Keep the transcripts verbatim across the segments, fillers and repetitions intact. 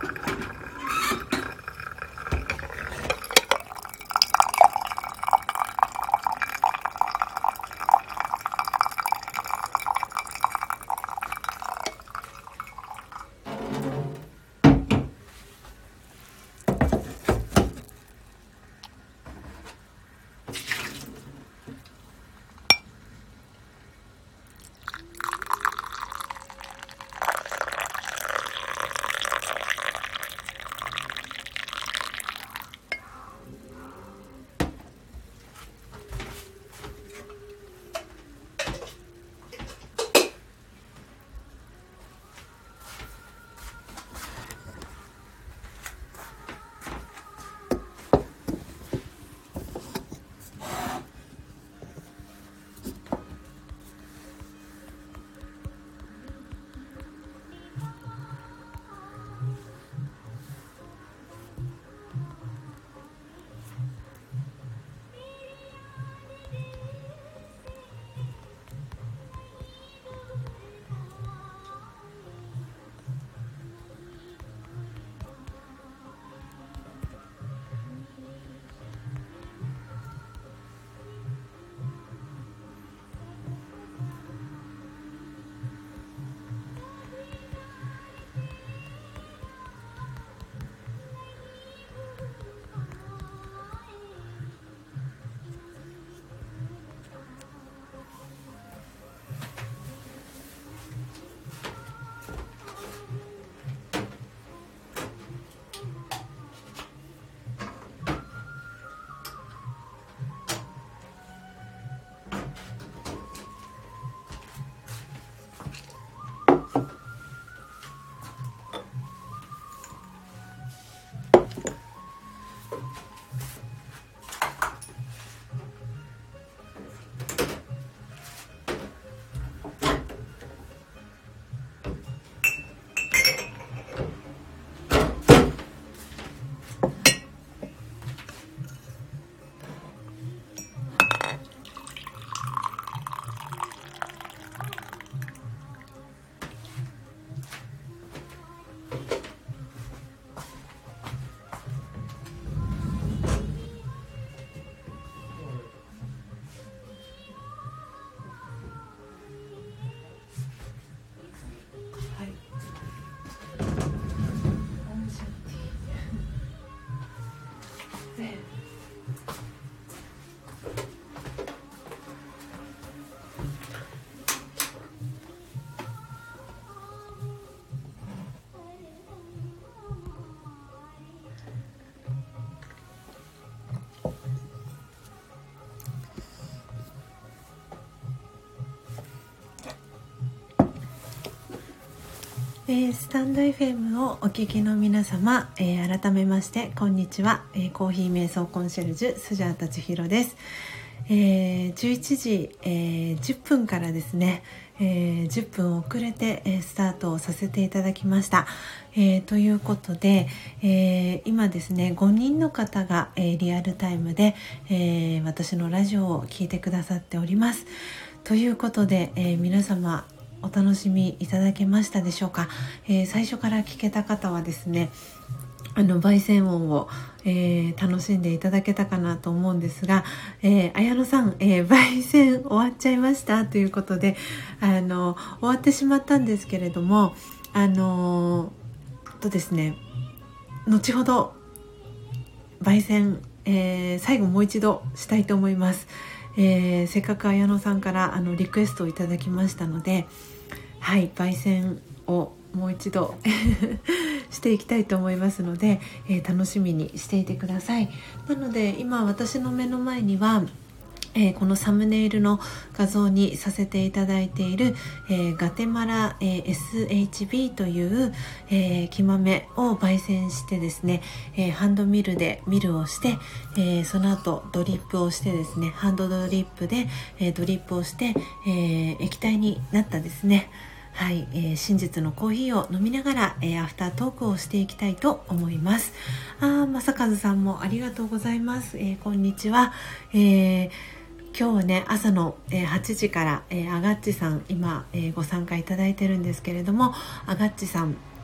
えー、スタンド エフエム をお聞きの皆様、えー、改めましてこんにちは、えー、コーヒー瞑想コンシェルジュスジャータ千尋です。えー、じゅういちじ、えー、じゅっぷんからですね、えー、じゅっぷん遅れて、えー、スタートをさせていただきました。えー、ということで、えー、今ですねごにんの方が、えー、リアルタイムで、えー、私のラジオを聞いてくださっております。ということで、えー、皆様お楽しみいただけましたでしょうか。えー、最初から聞けた方はですね、あの焙煎音を、えー、楽しんでいただけたかなと思うんですが、えー、綾野さん、えー、焙煎終わっちゃいましたということで、あの終わってしまったんですけれども、あのー、とですね後ほど焙煎、えー、最後もう一度したいと思います。えー、せっかく綾野さんからあのリクエストをいただきましたので、はい、焙煎をもう一度していきたいと思いますので、えー、楽しみにしていてください。なので今私の目の前には、えー、このサムネイルの画像にさせていただいている、えー、ガテマラ、えー、エスエイチビー という、えー、木豆を焙煎してですね、えー、ハンドミルでミルをして、えー、その後ドリップをしてですね、ハンドドリップで、えー、ドリップをして、えー、液体になったですね、はい、えー、真実のコーヒーを飲みながら、えー、アフタートークをしていきたいと思います。あ、正和さんもありがとうございます。えー、こんにちは。えー今日はね朝の、えー、はちじから、えー、アガッチさん今、えー、ご参加いただいてるんですけれども、アガッチさん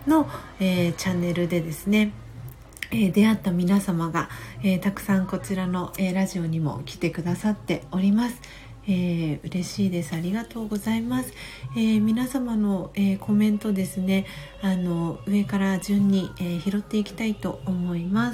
の、えー、チャンネルでですね、えー、出会った皆様が、えー、たくさんこちらの、えー、ラジオにも来てくださっております。えー、嬉しいです。ありがとうございます。えー、皆様の、えー、コメントですね、あの上から順に、えー、拾っていきたいと思います。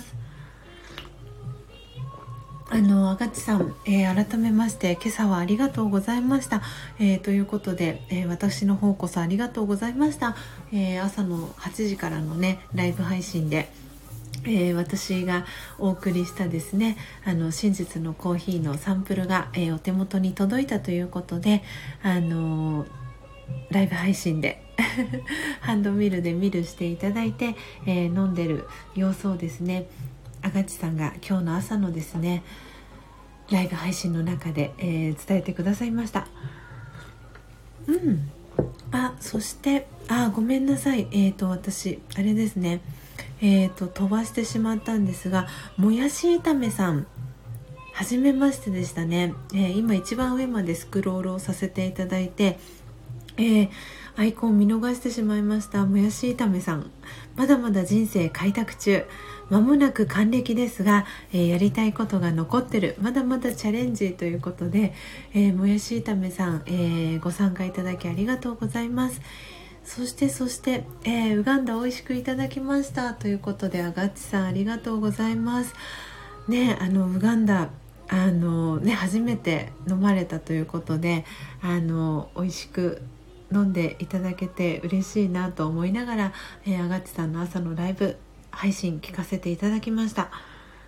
あのあがちさん、えー、改めまして今朝はありがとうございました、えー、ということで、えー、私の方こそありがとうございました、えー、朝のはちじからのねライブ配信で、えー、私がお送りしたですねあの真実のコーヒーのサンプルが、えー、お手元に届いたということで、あのー、ライブ配信でハンドミルでミルしていただいて、えー、飲んでる様子をですねあがちさんが今日の朝のですねライブ配信の中で、えー、伝えてくださいました。うんあそしてあごめんなさい、えーと私あれですねえーと飛ばしてしまったんですが、もやし炒めさんはじめましてでしたね、えー、今一番上までスクロールをさせていただいて、えー、アイコン見逃してしまいました。もやし炒めさん、まだまだ人生開拓中、まもなく還暦ですが、えー、やりたいことが残ってる、まだまだチャレンジということで、えー、もやし炒めさん、えー、ご参加いただきありがとうございます。そしてそして、えー、ウガンダ美味しくいただきましたということで、あがっちさんありがとうございますね。あのウガンダあの、ね、初めて飲まれたということで、あの美味しく飲んでいただけて嬉しいなと思いながら、えー、あがっちさんの朝のライブ配信聞かせていただきました。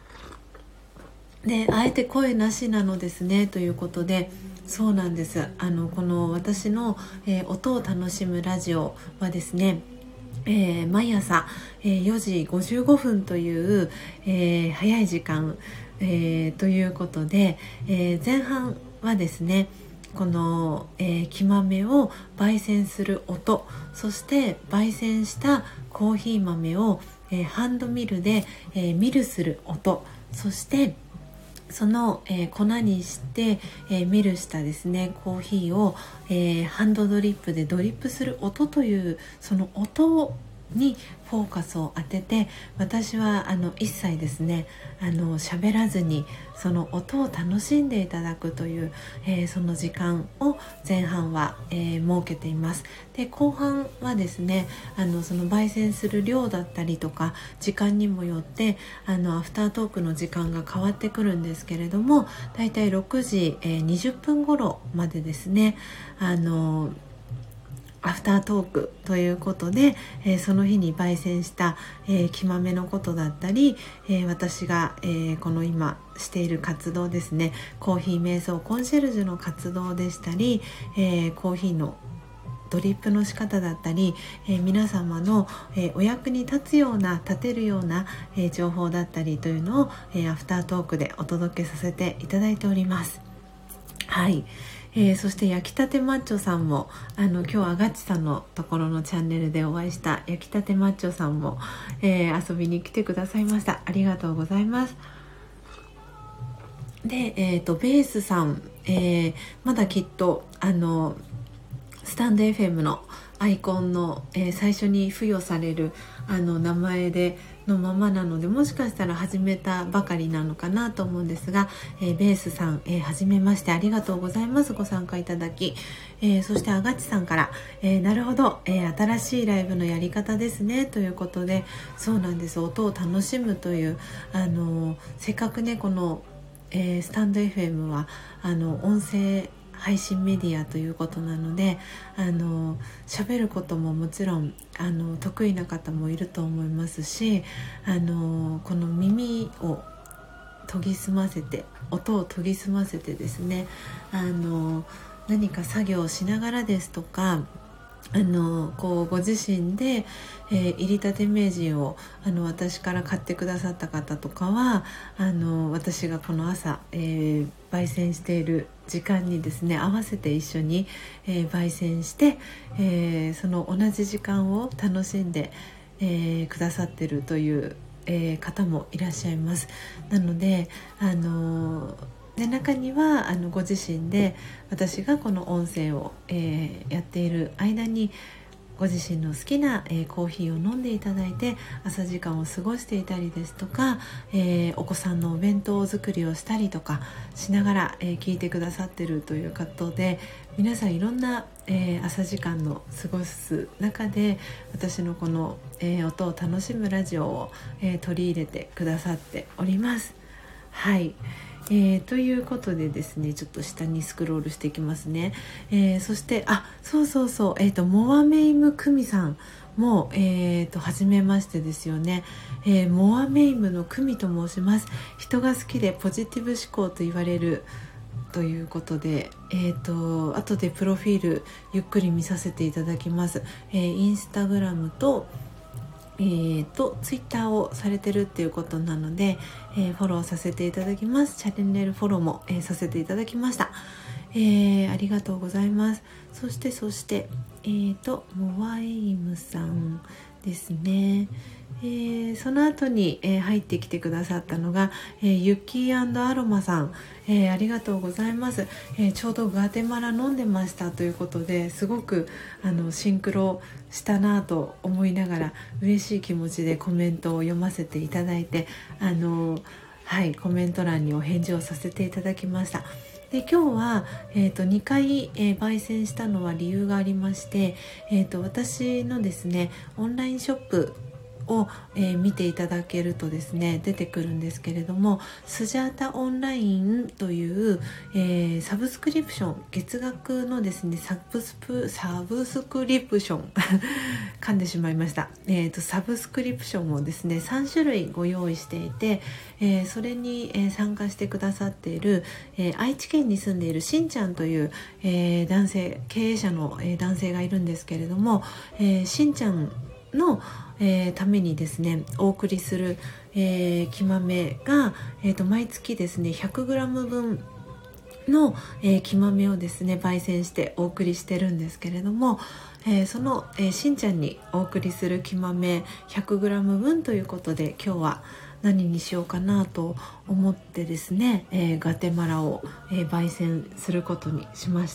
で、あえて声なしなのですねということで、そうなんです。あのこの私の、えー、音を楽しむラジオはですね、えー、毎朝、えー、よじごじゅうごふんという、えー、早い時間、えー、ということで、えー、前半はですねこの、えー、木豆を焙煎する音、そして焙煎したコーヒー豆を、えー、ハンドミルで、えー、ミルする音、そしてその、えー、粉にして、えー、ミルしたですねコーヒーを、えー、ハンドドリップでドリップする音というその音にフォーカスを当てて、私はあの一切ですねあの喋らずにその音を楽しんでいただくという、えー、その時間を前半は、えー、設けています。で後半はですねあのその焙煎する量だったりとか時間にもよってあのアフタートークの時間が変わってくるんですけれども、だいたいろくじ、えー、にじゅっぷん頃までですねあのアフタートークということで、えー、その日に焙煎した、えー、木豆のことだったり、えー、私が、えー、この今している活動ですね、コーヒー瞑想コンシェルジュの活動でしたり、えー、コーヒーのドリップの仕方だったり、えー、皆様の、えー、お役に立つような立てるような、えー、情報だったりというのを、えー、アフタートークでお届けさせていただいております。はい、えー、そして焼きたてマッチョさんもあの今日あがちさんのところのチャンネルでお会いした焼きたてマッチョさんも、えー、遊びに来てくださいました。ありがとうございます。で、えーと、ベースさん、えー、まだきっとあのスタンド エフエム のアイコンの、えー、最初に付与されるあの名前でのままなので、もしかしたら始めたばかりなのかなと思うんですが、えー、ベースさん、えー、はじめましてありがとうございます。ご参加いただき、えー、そしてあがちさんから、えー、なるほど、えー、新しいライブのやり方ですねということで、そうなんです。音を楽しむという、あのー、せっかくねこの、えー、スタンド エフエム はあの音声配信メディアということなので、あの喋ることももちろんあの得意な方もいると思いますし、あのこの耳を研ぎ澄ませて音を研ぎ澄ませてですね、あの何か作業をしながらですとか、あのこうご自身で、えー、入りたて名人をあの私から買ってくださった方とかは、あの私がこの朝、えー、焙煎している時間にですね合わせて一緒に、えー、焙煎して、えー、その同じ時間を楽しんで、えー、くださっているという、えー、方もいらっしゃいます。なのであのーで中にはあのご自身で私がこの音声を、えー、やっている間にご自身の好きな、えー、コーヒーを飲んでいただいて朝時間を過ごしていたりですとか、えー、お子さんのお弁当作りをしたりとかしながら、えー、聞いてくださってるということで、皆さんいろんな、えー、朝時間の過ごす中で私のこの、えー、音を楽しむラジオを、えー、取り入れてくださっております。はい、えー、ということでですね、ちょっと下にスクロールしていきますね。えー、そしてあそうそうそう、えーと、モアメイムクミさんも、えーと、初めましてですよね。えー、モアメイムのクミと申します。人が好きでポジティブ思考と言われるということで、えーと、後でプロフィールゆっくり見させていただきます。えー、インスタグラムとえー、とツイッターをされてるっていうことなので、えー、フォローさせていただきます。チャンネルフォローも、えー、させていただきました。えー、ありがとうございます。そしてそしてえー、とモアエイムさんですね。えー、その後に、えー、入ってきてくださったのが、えー、ユッキー&アロマさん、えー、ありがとうございます。えー、ちょうどガテマラ飲んでましたということで、すごくあのシンクロしたなと思いながら嬉しい気持ちでコメントを読ませていただいて、あのはいコメント欄にお返事をさせていただきました。で今日は、えー、とにかい、えー、焙煎したのは理由がありまして、えー、と私のですねオンラインショップを、えー、見ていただけるとですね出てくるんですけれども、スジャータオンラインという、えー、サブスクリプション、月額のですねサブスプサブスクリプション噛んでしまいました、えーと、サブスクリプションをですねさんしゅるいご用意していて、えー、それに、えー、参加してくださっている、えー、愛知県に住んでいるしんちゃんという、えー、男性経営者の、えー、男性がいるんですけれども、えー、しんちゃんの、えー、ためにですねお送りする、えー、木豆が、えー、と毎月ですね ひゃくグラム 分の、えー、木豆をですね焙煎してお送りしてるんですけれども、えー、その、えー、しんちゃんにお送りする木豆 ひゃくグラム 分ということで、今日は何にしようかなと思ってですね、えー、ガテマラを、えー、焙煎することにしました。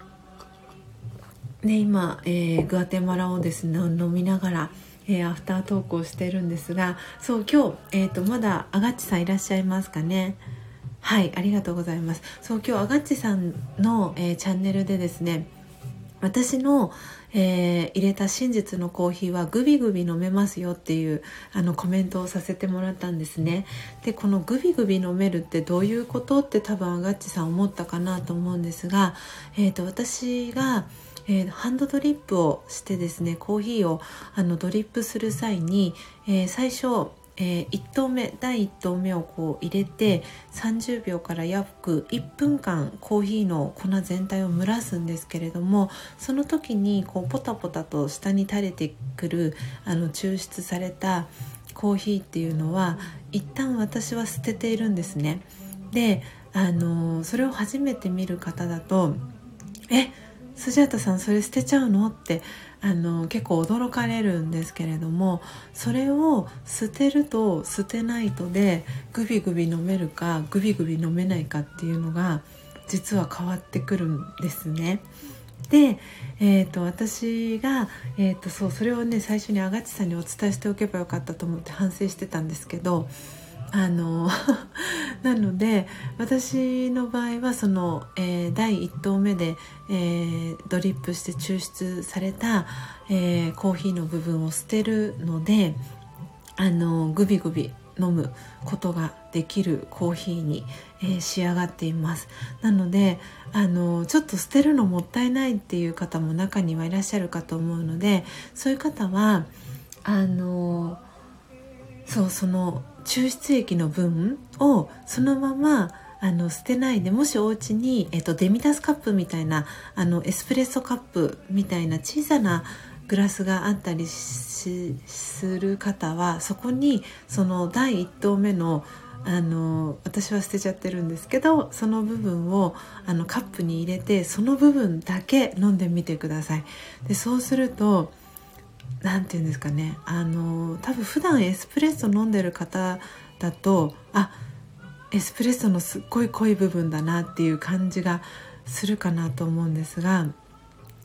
で今、えー、ガテマラをですね飲みながら、えー、アフタートークをしているんですが、そう今日、えー、とまだアガッチさんいらっしゃいますかね。はい、ありがとうございます。そう今日アガッチさんの、えー、チャンネルでですね、私の、えー、入れた真実のコーヒーはグビグビ飲めますよっていうあのコメントをさせてもらったんですね。でこのグビグビ飲めるってどういうことって多分アガッチさん思ったかなと思うんですが、えー、と私がえー、ハンドドリップをしてですねコーヒーをあのドリップする際に、えー、最初、えー、いち投目だいいち投目をこう入れてさんじゅうびょうから約いっぷんかんコーヒーの粉全体を蒸らすんですけれども、その時にこうポタポタと下に垂れてくるあの抽出されたコーヒーっていうのは一旦私は捨てているんですね。で、あのー、それを初めて見る方だとえスジャータさんそれ捨てちゃうのってあの結構驚かれるんですけれども、それを捨てると捨てないとでグビグビ飲めるかグビグビ飲めないかっていうのが実は変わってくるんですね。で、えー、と私が、えー、とそうそれをね最初にアガッチさんにお伝えしておけばよかったと思って反省してたんですけど、あのなので私の場合はその、えー、だいいち投目で、えー、ドリップして抽出された、えー、コーヒーの部分を捨てるので、あのグビグビ飲むことができるコーヒーに、えー、仕上がっています。なのであのちょっと捨てるのもったいないっていう方も中にはいらっしゃるかと思うので、そういう方はあのそうその抽出液の分をそのままあの捨てないで、もしお家に、えっと、デミタスカップみたいなあのエスプレッソカップみたいな小さなグラスがあったりしする方は、そこにそのだいいち投目のあの私は捨てちゃってるんですけど、その部分をあのカップに入れてその部分だけ飲んでみてください。でそうするとなんていうんですかね、あの多分普段エスプレッソ飲んでる方だとあエスプレッソのすっごい濃い部分だなっていう感じがするかなと思うんですが、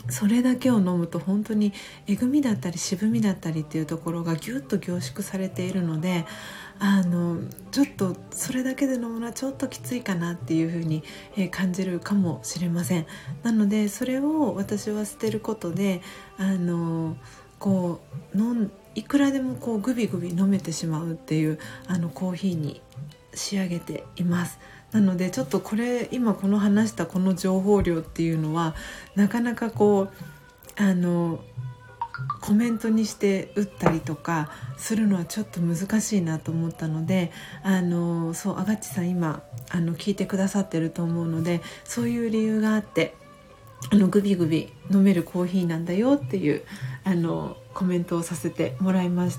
それだけを飲むと本当にえぐみだったり渋みだったりっていうところがぎゅっと凝縮されているので、あのちょっとそれだけで飲むのはちょっときついかなっていう風に、えー、感じるかもしれません。なのでそれを私は捨てることで、あのこう飲んいくらでもこうグビグビ飲めてしまうっていうあのコーヒーに仕上げています。なのでちょっとこれ今この話したこの情報量っていうのはなかなかこうあのコメントにして打ったりとかするのはちょっと難しいなと思ったので、あのそうあがっちさん今あの聞いてくださってると思うので、そういう理由があってあのグビグビ飲めるコーヒーなんだよっていうあのコメントをさせてもらいました。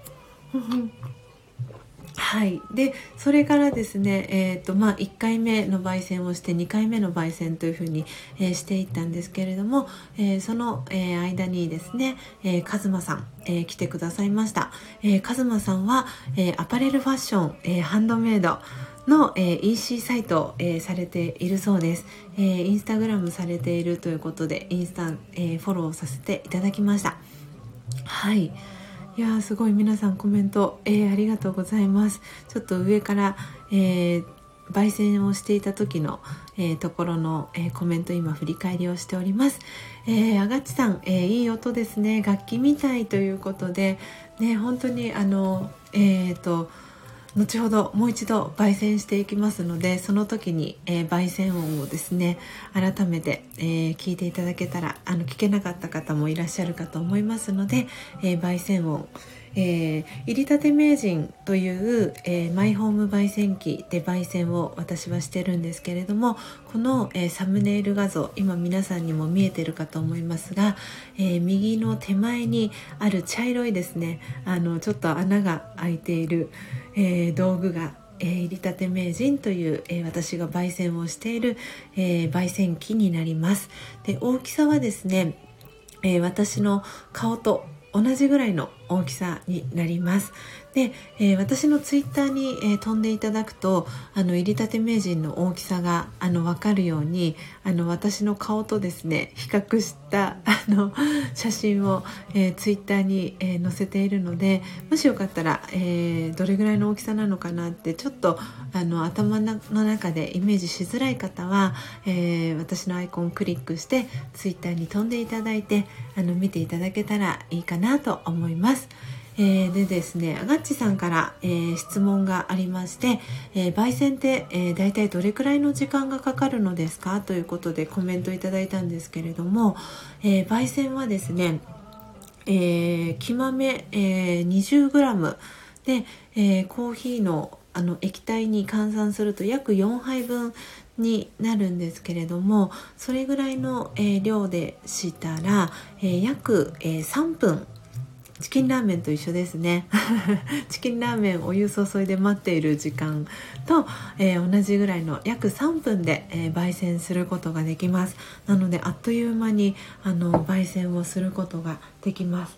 はい、でそれからですね、えーとまあ、いっかいめの焙煎をしてにかいめの焙煎というふうに、えー、していったんですけれども、えー、その、えー、間にですね、えー、カズマさん、えー、来てくださいました。えー、カズマさんは、えー、アパレルファッション、えー、ハンドメイドの、えー、イーシー サイトを、えー、されているそうです。えー、インスタグラムされているということでインスタ、えー、フォローさせていただきました。はい、いやすごい皆さんコメント、えー、ありがとうございます。ちょっと上から、えー、焙煎をしていた時の、えー、ところの、えー、コメント今振り返りをしております。えー、あがっちさん、えー、いい音ですね、楽器みたいということで、ね、本当にあの、えーと後ほどもう一度焙煎していきますので、その時に、えー、焙煎音をですね改めて、えー、聞いていただけたら、あの聞けなかった方もいらっしゃるかと思いますので、えー、焙煎音、えー、入りたて名人という、えー、マイホーム焙煎機で焙煎を私はしてるんですけれども、この、えー、サムネイル画像今皆さんにも見えてるかと思いますが、えー、右の手前にある茶色いですね、あのちょっと穴が開いている、えー、道具が、えー、入りたて名人という、えー、私が焙煎をしている、えー、焙煎機になります。で大きさはですね、えー、私の顔と同じぐらいの大きさになります。で、えー、私のツイッターに、えー、飛んでいただくと、あの入りたて名人の大きさがあの分かるように、あの私の顔とですね比較したあの写真を、えー、ツイッターに、えー、載せているので、もしよかったら、えー、どれぐらいの大きさなのかなってちょっとあの頭の中でイメージしづらい方は、えー、私のアイコンをクリックしてツイッターに飛んでいただいて、あの見ていただけたらいいかなと思います。えー、でですね、あがっちさんから、えー、質問がありまして、えー、焙煎って、えー、大体どれくらいの時間がかかるのですかということでコメントいただいたんですけれども、えー、焙煎はですね、えー、木豆、えー、にじゅうグラム で、えー、コーヒーの、あの液体に換算すると約よんはいぶんになるんですけれども、それぐらいの、えー、量でしたら、えー、約、えー、さんぷん、チキンラーメンと一緒ですねチキンラーメンお湯注いで待っている時間と、えー、同じぐらいの約さんぷんで、えー、焙煎することができます。なのであっという間にあの焙煎をすることができます。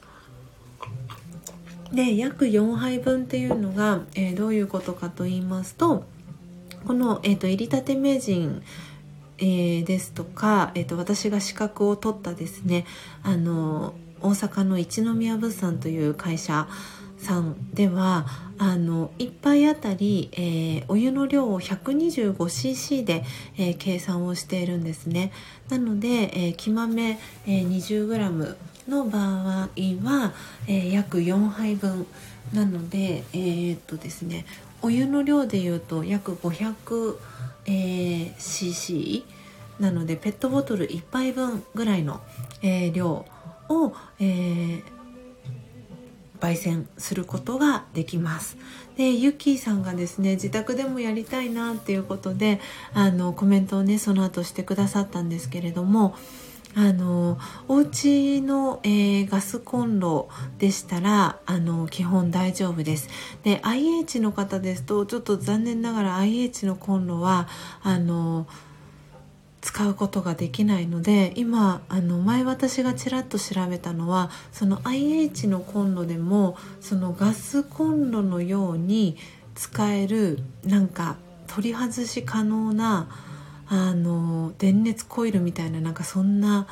で約よんはいぶんっていうのが、えー、どういうことかと言いますと、この、えーと、入りたて名人、えー、ですとか、えーと、私が資格を取ったですね、あの大阪の一宮物産という会社さんでは、あのいっぱいあたり、えー、お湯の量を ひゃくにじゅうごシーシー で、えー、計算をしているんですね。なので、えー、木豆、えー、にじゅうグラム の場合は、えー、約よんはいぶんなので、えー、っとですね、お湯の量でいうと約 ごひゃくシーシー なのでペットボトルいっぱいぶんぐらいの、えー、量を、えー、焙煎することができます。でユッキーさんがですね、自宅でもやりたいなっていうことであのコメントをねその後してくださったんですけれども、あのお家の、えー、ガスコンロでしたらあの基本大丈夫です。で アイエイチ の方ですとちょっと残念ながら アイエイチ のコンロはあの使うことができないので、今あの前私がちらっと調べたのは、その アイエイチ のコンロでもそのガスコンロのように使えるなんか取り外し可能なあの電熱コイルみたいな、なんかそんな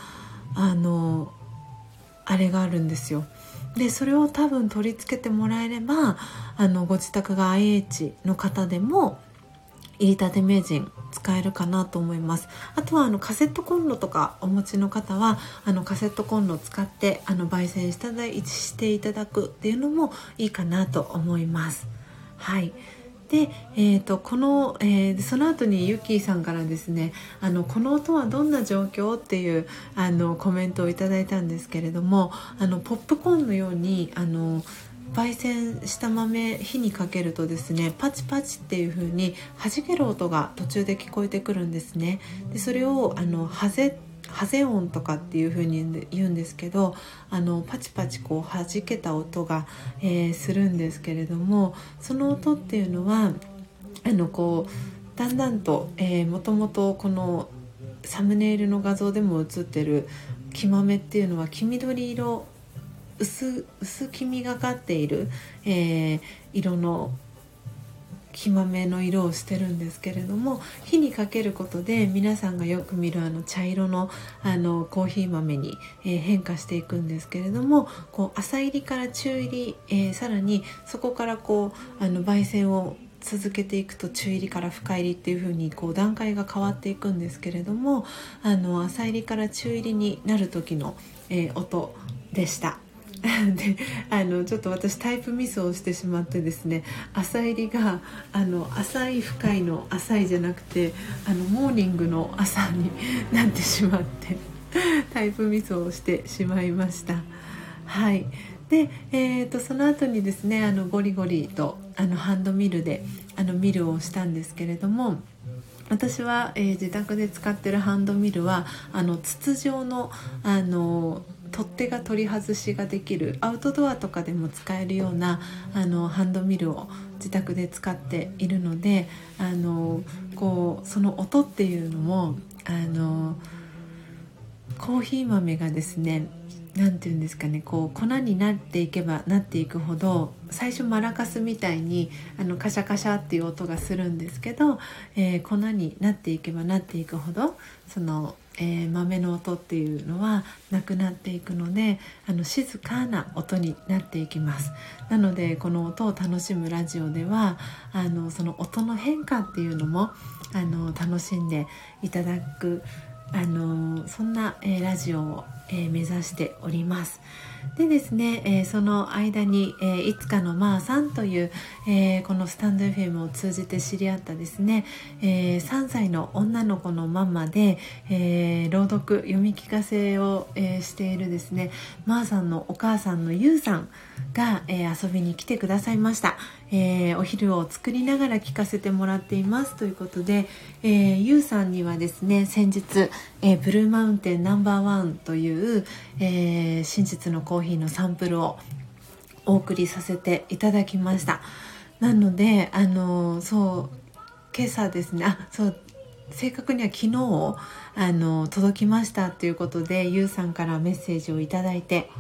あのあれがあるんですよ。でそれを多分取り付けてもらえれば、あのご自宅が アイエイチ の方でも入りたて名人使えるかなと思います。あとはあのカセットコンロとかお持ちの方は、あのカセットコンロを使ってあの焙煎しただしていただくっていうのもいいかなと思います。はい。で、えー、とこの、えー、その後にゆきーさんからですね、あのこの音はどんな状況っていうあのコメントをいただいたんですけれども、あのポップコーンのようにあの焙煎した豆火にかけるとですね、パチパチっていう風に弾ける音が途中で聞こえてくるんですね。でそれをあのハゼハゼ音とかっていう風に言うんですけど、あのパチパチこう弾けた音が、えー、するんですけれども、その音っていうのはあのこうだんだんと、えー、もともとこのサムネイルの画像でも映ってる黄豆っていうのは黄緑色、薄薄黄みがかっている、えー、色の黄豆の色をしてるんですけれども、火にかけることで皆さんがよく見るあの茶色のあのコーヒー豆に、えー、変化していくんですけれども、こう浅入りから中入り、えー、さらにそこからこうあの焙煎を続けていくと中入りから深入りっていう風にこう段階が変わっていくんですけれども、あの浅入りから中入りになる時の、えー、音でした。であのちょっと私タイプミスをしてしまってですね、浅入りがあの浅い深いの浅いじゃなくて、あのモーニングの朝になってしまってタイプミスをしてしまいました。はい。で、えー、とその後にですね、あのゴリゴリとあのハンドミルであのミルをしたんですけれども、私は、えー、自宅で使ってるハンドミルはあの筒状のあの取っ手が取り外しができる、アウトドアとかでも使えるようなあのハンドミルを自宅で使っているので、あのこうその音っていうのもあのコーヒー豆がですね、なんていうんですかね、こう粉になっていけばなっていくほど、最初マラカスみたいにあのカシャカシャっていう音がするんですけど、えー、粉になっていけばなっていくほどその、えー、豆の音っていうのはなくなっていくので、あの静かな音になっていきます。なのでこの音を楽しむラジオではあのその音の変化っていうのもあの楽しんでいただく、あのそんな、えー、ラジオを、えー、目指しております。でですね、えー、その間に、えー、いつかのまーさんという、えー、このスタンド エフエム を通じて知り合ったですね、えー、さんさいの女の子のママで、えー、朗読読み聞かせを、えー、しているですね、まーさんのお母さんのゆうさんが、えー、遊びに来てくださいました。えー、お昼を作りながら聞かせてもらっていますということで、えー、ゆうさんにはですね、先日、えー、ブルーマウンテンナンバーワンという、えー、真実のコーヒーのサンプルをお送りさせていただきました。なのであのそう今朝ですね、あそう正確には昨日あの届きましたということで、ゆうさんからメッセージをいただいて、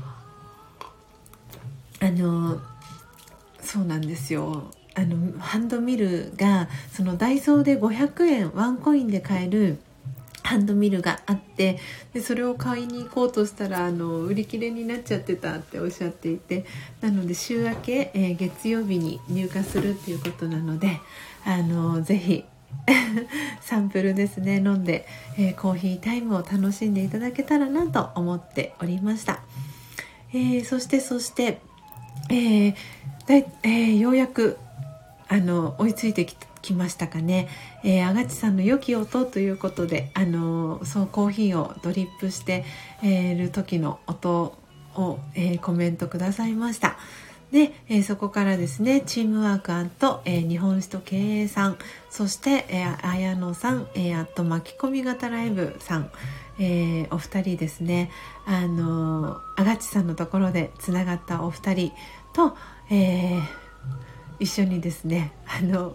あのそうなんですよ、あのハンドミルがそのダイソーでごひゃくえんワンコインで買えるハンドミルがあって、でそれを買いに行こうとしたらあの売り切れになっちゃってたっておっしゃっていて、なので週明け、えー、月曜日に入荷するっていうことなので、あのぜひサンプルですね飲んで、えー、コーヒータイムを楽しんでいただけたらなと思っておりました。えー、そしてそして、えーだいえー、ようやくあの追いついてきた来ましたかね。えー、あがちさんの良き音ということで、あのそうコーヒーをドリップしてい、えー、る時の音を、えー、コメントくださいました。で、えー、そこからですね、チームワーク&、えー、日本酒と経営さん、そして、えー、綾野さん、えー、あと巻き込み型ライブさん、えー、お二人ですね、あのあがちさんのところでつながったお二人と、えー、一緒にですね、あの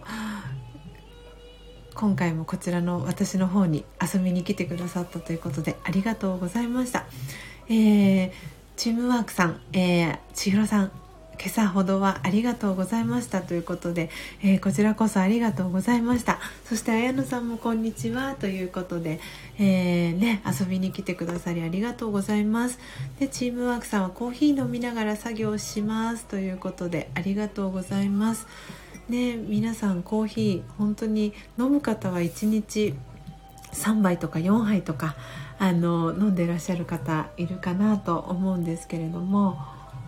今回もこちらの私の方に遊びに来てくださったということでありがとうございました。えー、チームワークさん、えー、千尋さん今朝ほどはありがとうございましたということで、えー、こちらこそありがとうございました。そして綾乃さんもこんにちはということで、えーね、遊びに来てくださりありがとうございます。でチームワークさんはコーヒー飲みながら作業しますということでありがとうございます。ね、皆さんコーヒー本当に飲む方はいちにちさんばいとかよんはいとかあの飲んでらっしゃる方いるかなと思うんですけれども、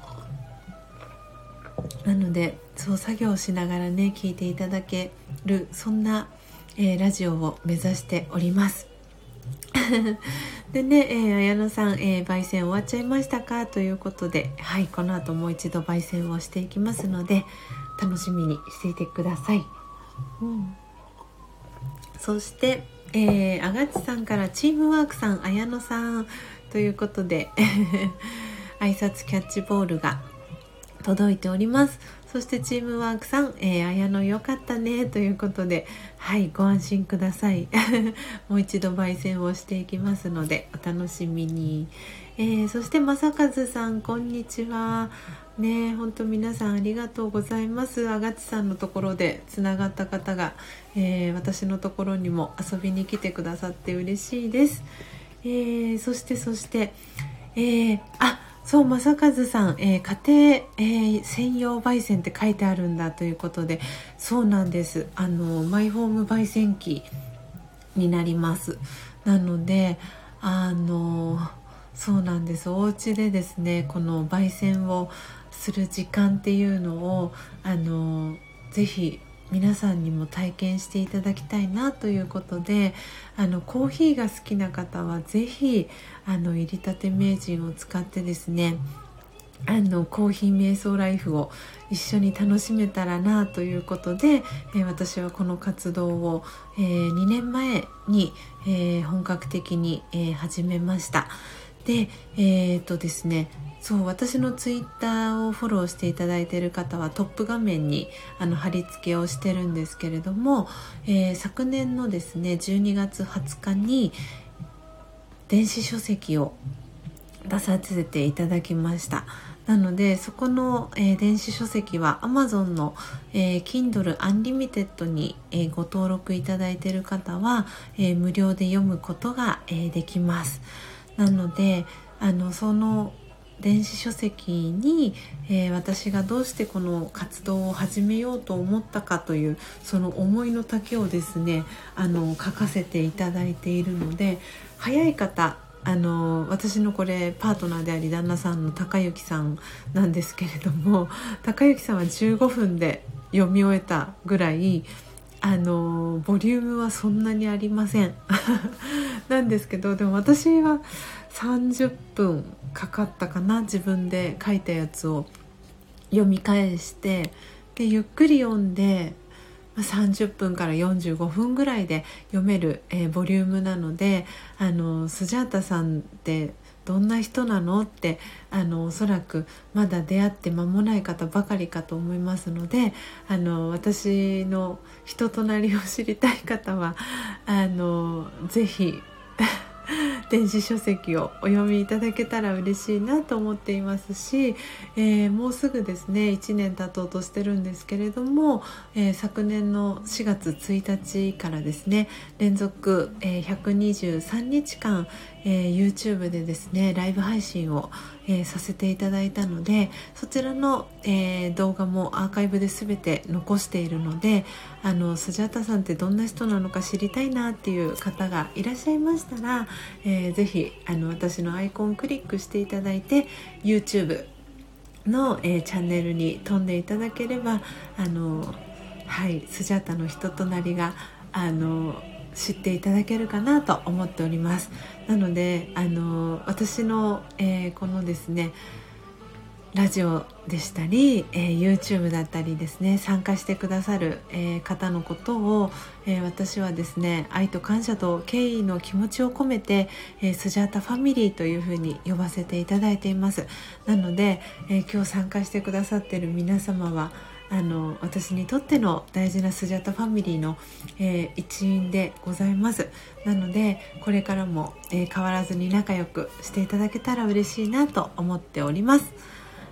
なのでそう作業しながらね聞いていただけるそんな、えー、ラジオを目指しておりますでね、えー、綾乃さん、えー、焙煎終わっちゃいましたかということで、はい、この後もう一度焙煎をしていきますので楽しみにしていてください、うん、そしてえー、あがちさんからチームワークさん綾乃さんということで挨拶キャッチボールが届いております。そしてチームワークさん、えー、綾乃よかったねということで、はいご安心くださいもう一度焙煎をしていきますのでお楽しみに、えー、そして正和さんこんにちはね、本当皆さんありがとうございます。あがちさんのところでつながった方が、えー、私のところにも遊びに来てくださって嬉しいです、えー、そしてそして、えー、あそう正和さん、えー、家庭、えー、専用焙煎って書いてあるんだということで、そうなんです。あのマイホーム焙煎機になります。なのであのそうなんです。お家でですねこの焙煎をする時間っていうのをあのぜひ皆さんにも体験していただきたいなということで、あのコーヒーが好きな方はぜひあの入りたて名人を使ってですねあのコーヒー瞑想ライフを一緒に楽しめたらなということで、えー、私はこの活動を、えー、にねんまえに、えー、本格的に、えー、始めました。で、えー、とですねそう私のツイッターをフォローしていただいている方はトップ画面にあの貼り付けをしてるんですけれども、えー、昨年のですねじゅうにがつはつかに電子書籍を出させていただきました。なのでそこの、えー、電子書籍は Amazon の、えー、Kindle Unlimited に、えー、ご登録いただいている方は、えー、無料で読むことが、えー、できます。なのであのその電子書籍に、えー、私がどうしてこの活動を始めようと思ったかというその思いの丈をですねあの書かせていただいているので、早い方あの私のこれパートナーであり旦那さんの高幸さんなんですけれども、高幸さんはじゅうごふんで読み終えたぐらいあのボリュームはそんなにありませんなんですけど、でも私はさんじゅっぷんかかったかな。自分で書いたやつを読み返してでゆっくり読んでさんじゅっぷんからよんじゅうごふんぐらいで読める、えー、ボリュームなので、あのスジャータさんってどんな人なのってあのおそらくまだ出会って間もない方ばかりかと思いますので、あの私の人となりを知りたい方はあのぜひ電子書籍をお読みいただけたら嬉しいなと思っていますし、えー、もうすぐですねいちねん経とうとしてるんですけれども、えー、昨年のしがつついたちからですね連続、えー、ひゃくにじゅうさんにちかん、えー、YouTube でですねライブ配信を、えー、させていただいたので、そちらの、えー、動画もアーカイブで全て残しているので、あのスジャータさんってどんな人なのか知りたいなっていう方がいらっしゃいましたら、えー、ぜひあの私のアイコンをクリックしていただいて YouTube の、えー、チャンネルに飛んでいただければあの、はい、スジャータの人となりがあの知っていただけるかなと思っております。なのであの私の、えー、このですねラジオでしたり、えー、YouTube だったりですね参加してくださる、えー、方のことを、えー、私はですね愛と感謝と敬意の気持ちを込めて、えー、スジャータファミリーというふうに呼ばせていただいています。なので、えー、今日参加してくださっている皆様はあの私にとっての大事なスジャータファミリーの、えー、一員でございます。なのでこれからも、えー、変わらずに仲良くしていただけたら嬉しいなと思っております。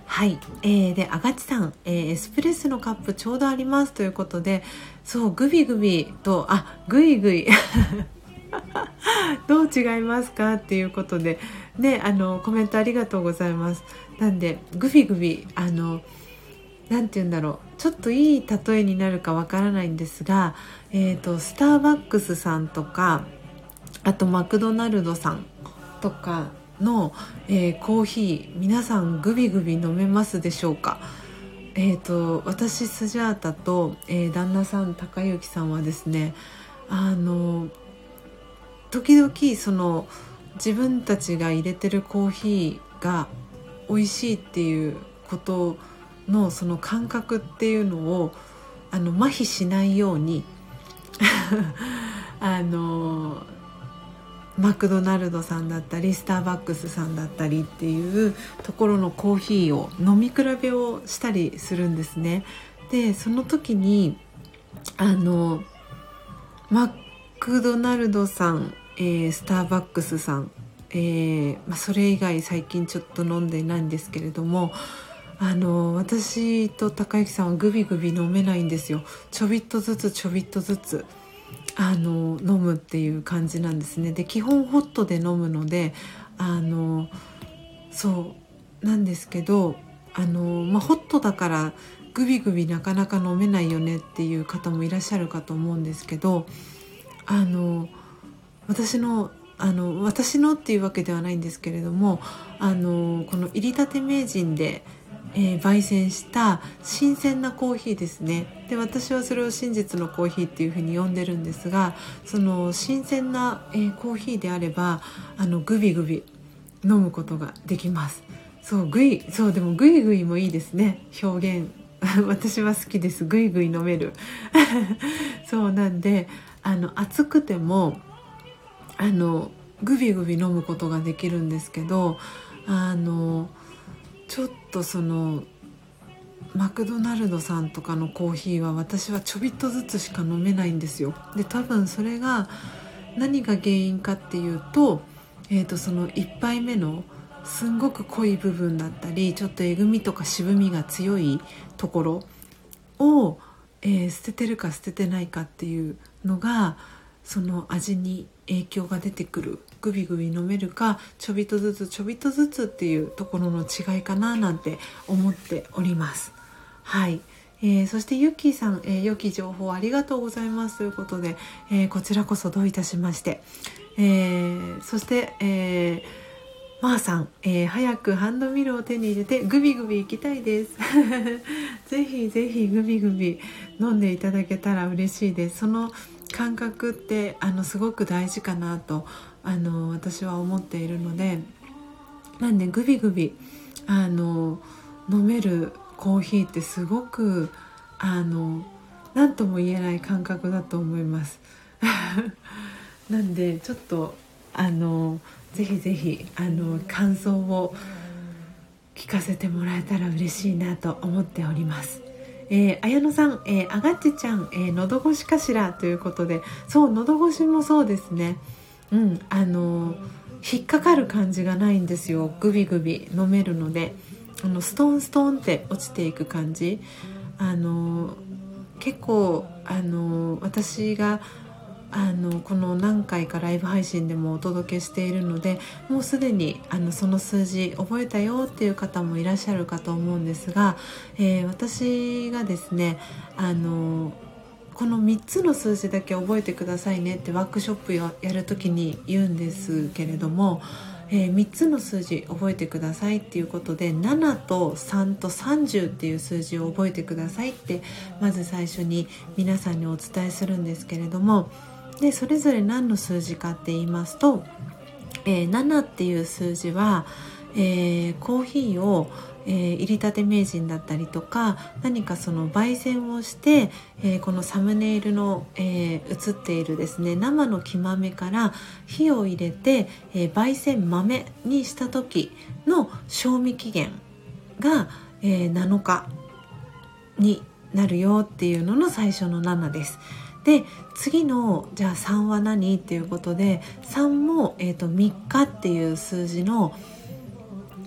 はい、えー、であがちさん、えー、エスプレッソのカップちょうどありますということで、そうグビグビとあグイグイどう違いますかっていうことでね、あのコメントありがとうございます。なんでグビグビ、あのなんて言うんだろう、ちょっといい例えになるかわからないんですが、えーと、スターバックスさんとか、あとマクドナルドさんとかの、えー、コーヒー、皆さんグビグビ飲めますでしょうか。えーと、私スジャータと、えー、旦那さん高之さんはですね、あの時々その自分たちが入れてるコーヒーが美味しいっていうことのその感覚っていうのをあの麻痺しないようにあのマクドナルドさんだったりスターバックスさんだったりっていうところのコーヒーを飲み比べをしたりするんですね。でその時にあのマクドナルドさん、えー、スターバックスさん、えーまあ、それ以外最近ちょっと飲んでないんですけれども、あの私と高之さんはグビグビ飲めないんですよ。ちょびっとずつちょびっとずつあの飲むっていう感じなんですね。で基本ホットで飲むので、あのそうなんですけど、あの、まあ、ホットだからグビグビなかなか飲めないよねっていう方もいらっしゃるかと思うんですけど、あの私のあの私のっていうわけではないんですけれども、あのこの入りたて名人で、えー、焙煎した新鮮なコーヒーですね。で私はそれを真実のコーヒーっていうふうに呼んでるんですが、その新鮮な、えー、コーヒーであればあのグビグビ飲むことができます。そうグイそうでもグイグイもいいですね、表現私は好きです。グイグイ飲めるそうなんで、あの暑くてもあのグビグビ飲むことができるんですけど、あのちょっとそのマクドナルドさんとかのコーヒーは私はちょびっとずつしか飲めないんですよ。で多分それが何が原因かっていうと、えーとそのいっぱいめのすんごく濃い部分だったり、ちょっとえぐみとか渋みが強いところを、えー、捨ててるか捨ててないかっていうのがその味に影響が出てくる。グビグビ飲めるかちょびっとずつちょびっとずつっていうところの違いかななんて思っております。はい、えー、そしてゆっきーさん、えー、良き情報ありがとうございますということで、えー、こちらこそどういたしまして、えー、そして、えー、まーさん、えー、早くハンドミルを手に入れてグビグビ行きたいですぜひぜひグビグビ飲んでいただけたら嬉しいです。その感覚ってあのすごく大事かなとあの私は思っているので、なんでグビグビあの飲めるコーヒーってすごくあの何とも言えない感覚だと思いますなんでちょっとあのぜひぜひあの感想を聞かせてもらえたら嬉しいなと思っております。えー、綾野さん、えー、あがっちちゃん、えー、喉越しかしらということで、そう喉越しもそうですね。うん、あの引っかかる感じがないんですよ。グビグビ飲めるので、あのストンストンって落ちていく感じ、あの結構あの私があのこの何回かライブ配信でもお届けしているので、もうすでにあのその数字覚えたよっていう方もいらっしゃるかと思うんですが、えー、私がですねあのこのみっつの数字だけ覚えてくださいねってワークショップをやるときに言うんですけれども、えー、みっつの数字覚えてくださいっていうことで、ななとさんとさんじゅうっていう数字を覚えてくださいってまず最初に皆さんにお伝えするんですけれども、でそれぞれ何の数字かって言いますと、えー、ななっていう数字は、えー、コーヒーを、えー、入りたて名人だったりとか、何かその焙煎をして、えー、このサムネイルの、えー、映っているですね生の木豆から火を入れて、えー、焙煎豆にした時の賞味期限が、えー、なのかになるよっていうのの最初のななです。で次のじゃあさんは何っていうことで、さんも、えーとみっかっていう数字の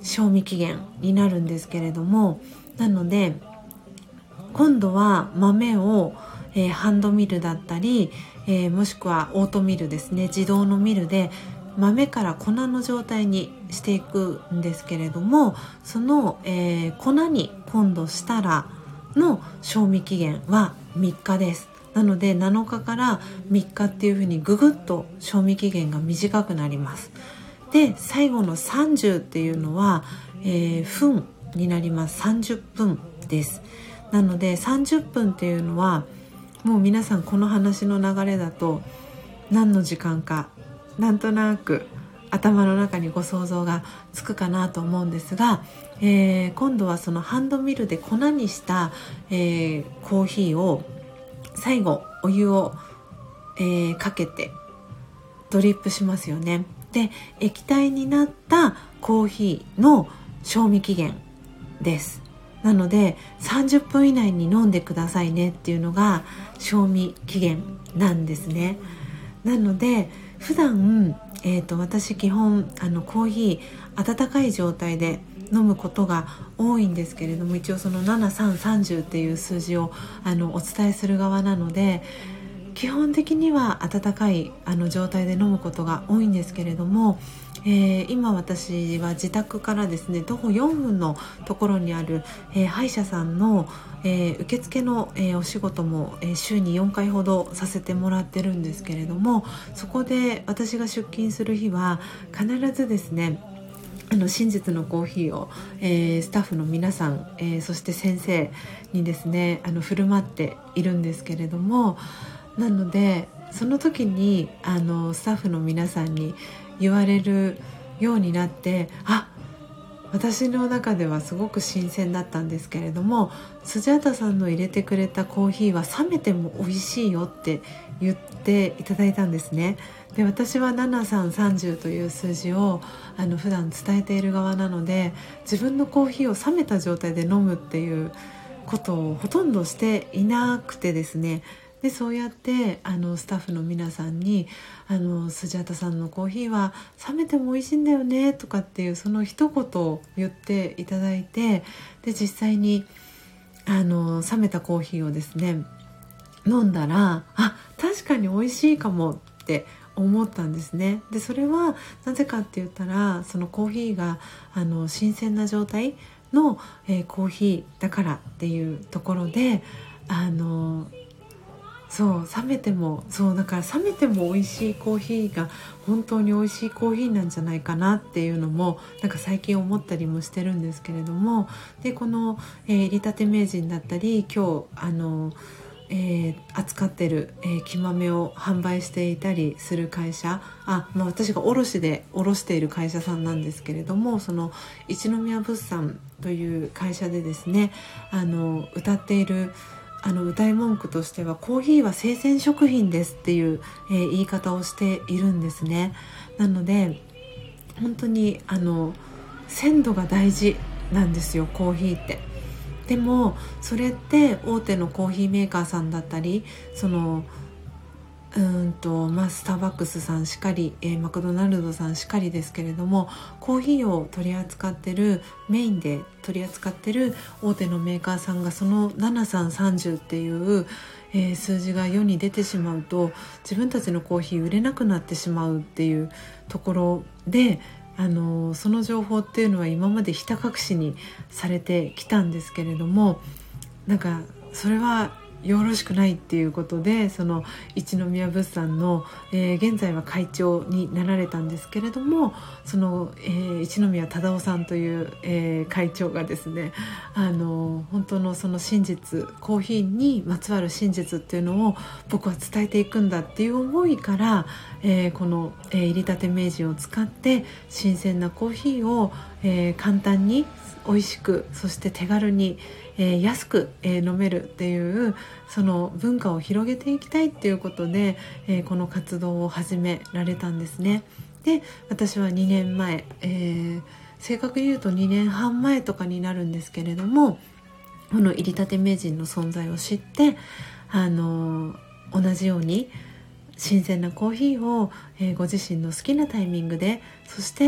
賞味期限になるんですけれども、なので今度は豆を、えー、ハンドミルだったり、えー、もしくはオートミルですね、自動のミルで豆から粉の状態にしていくんですけれども、その、えー、粉に今度したらの賞味期限はみっかです。なのでなのかからみっかっていう風にぐぐっと賞味期限が短くなります。で最後のさんじゅうっていうのは、えー、分になります。さんじゅっぷんです。なのでさんじゅっぷんっていうのはもう皆さんこの話の流れだと何の時間かなんとなく頭の中にご想像がつくかなと思うんですが、えー、今度はそのハンドミルで粉にした、えー、コーヒーを最後お湯を、えー、かけてドリップしますよね。で液体になったコーヒーの賞味期限です。なのでさんじゅっぷん以内に飲んでくださいねっていうのが賞味期限なんですね。なので普段、えーと、私基本あのコーヒー温かい状態で飲むことが多いんですけれども、一応そのななさんさんじゅうっていう数字をあのお伝えする側なので、基本的には温かいあの状態で飲むことが多いんですけれども、えー、今私は自宅からですね徒歩よんぷんのところにある、えー、歯医者さんの、えー、受付の、えー、お仕事も、えー、週によんかいほどさせてもらってるんですけれども、そこで私が出勤する日は必ずですねあの真実のコーヒーを、えー、スタッフの皆さん、えー、そして先生にですねあの振る舞っているんですけれども、なのでその時にあのスタッフの皆さんに言われるようになって、あ、私の中ではすごく新鮮だったんですけれども、スジャータさんの入れてくれたコーヒーは冷めても美味しいよって言っていただいたんですね。で私はななさんさんじゅうという数字をあの普段伝えている側なので、自分のコーヒーを冷めた状態で飲むっていうことをほとんどしていなくてですね、でそうやってあのスタッフの皆さんにあのスジャータさんのコーヒーは冷めても美味しいんだよねとかっていうその一言を言っていただいて、で実際にあの冷めたコーヒーをですね飲んだら、あ、確かに美味しいかもって思ったんですね。でそれはなぜかって言ったら、そのコーヒーがあの新鮮な状態の、えー、コーヒーだからっていうところで、あのそう冷めてもそうだから冷めても美味しいコーヒーが本当に美味しいコーヒーなんじゃないかなっていうのもなんか最近思ったりもしてるんですけれども、でこの、えー、入りたて名人だったり今日あの、えー、扱ってる、えー、木豆を販売していたりする会社、あ、まあ、私が卸で卸している会社さんなんですけれども、その一宮物産という会社でですねあの歌っているあの歌い文句としては、コーヒーは生鮮食品ですっていう、えー、言い方をしているんですね。なので本当にあの鮮度が大事なんですよ、コーヒーって。でもそれって大手のコーヒーメーカーさんだったり、そのうーんとまあ、スターバックスさんしかり、えー、マクドナルドさんしかりですけれども、コーヒーを取り扱ってるメインで取り扱ってる大手のメーカーさんがそのななさんさんじゅうっていう、えー、数字が世に出てしまうと、自分たちのコーヒー売れなくなってしまうっていうところで、あのー、その情報っていうのは今までひた隠しにされてきたんですけれども、なんかそれはよろしくないっていうことで、その一宮物産の、えー、現在は会長になられたんですけれども、その、えー、一宮忠夫さんという、えー、会長がですね、あの本当のその真実、コーヒーにまつわる真実っていうのを僕は伝えていくんだっていう思いから、えー、この、えー、入りたて名人を使って新鮮なコーヒーを、えー、簡単に美味しく、そして手軽に、えー、安く、えー、飲めるっていうその文化を広げていきたいっていうことで、えー、この活動を始められたんですね。で私はにねんまえ、えー、正確に言うとにねんはんまえとかになるんですけれども、この入りたて名人の存在を知って、あのー、同じように新鮮なコーヒーを、えー、ご自身の好きなタイミングで、そして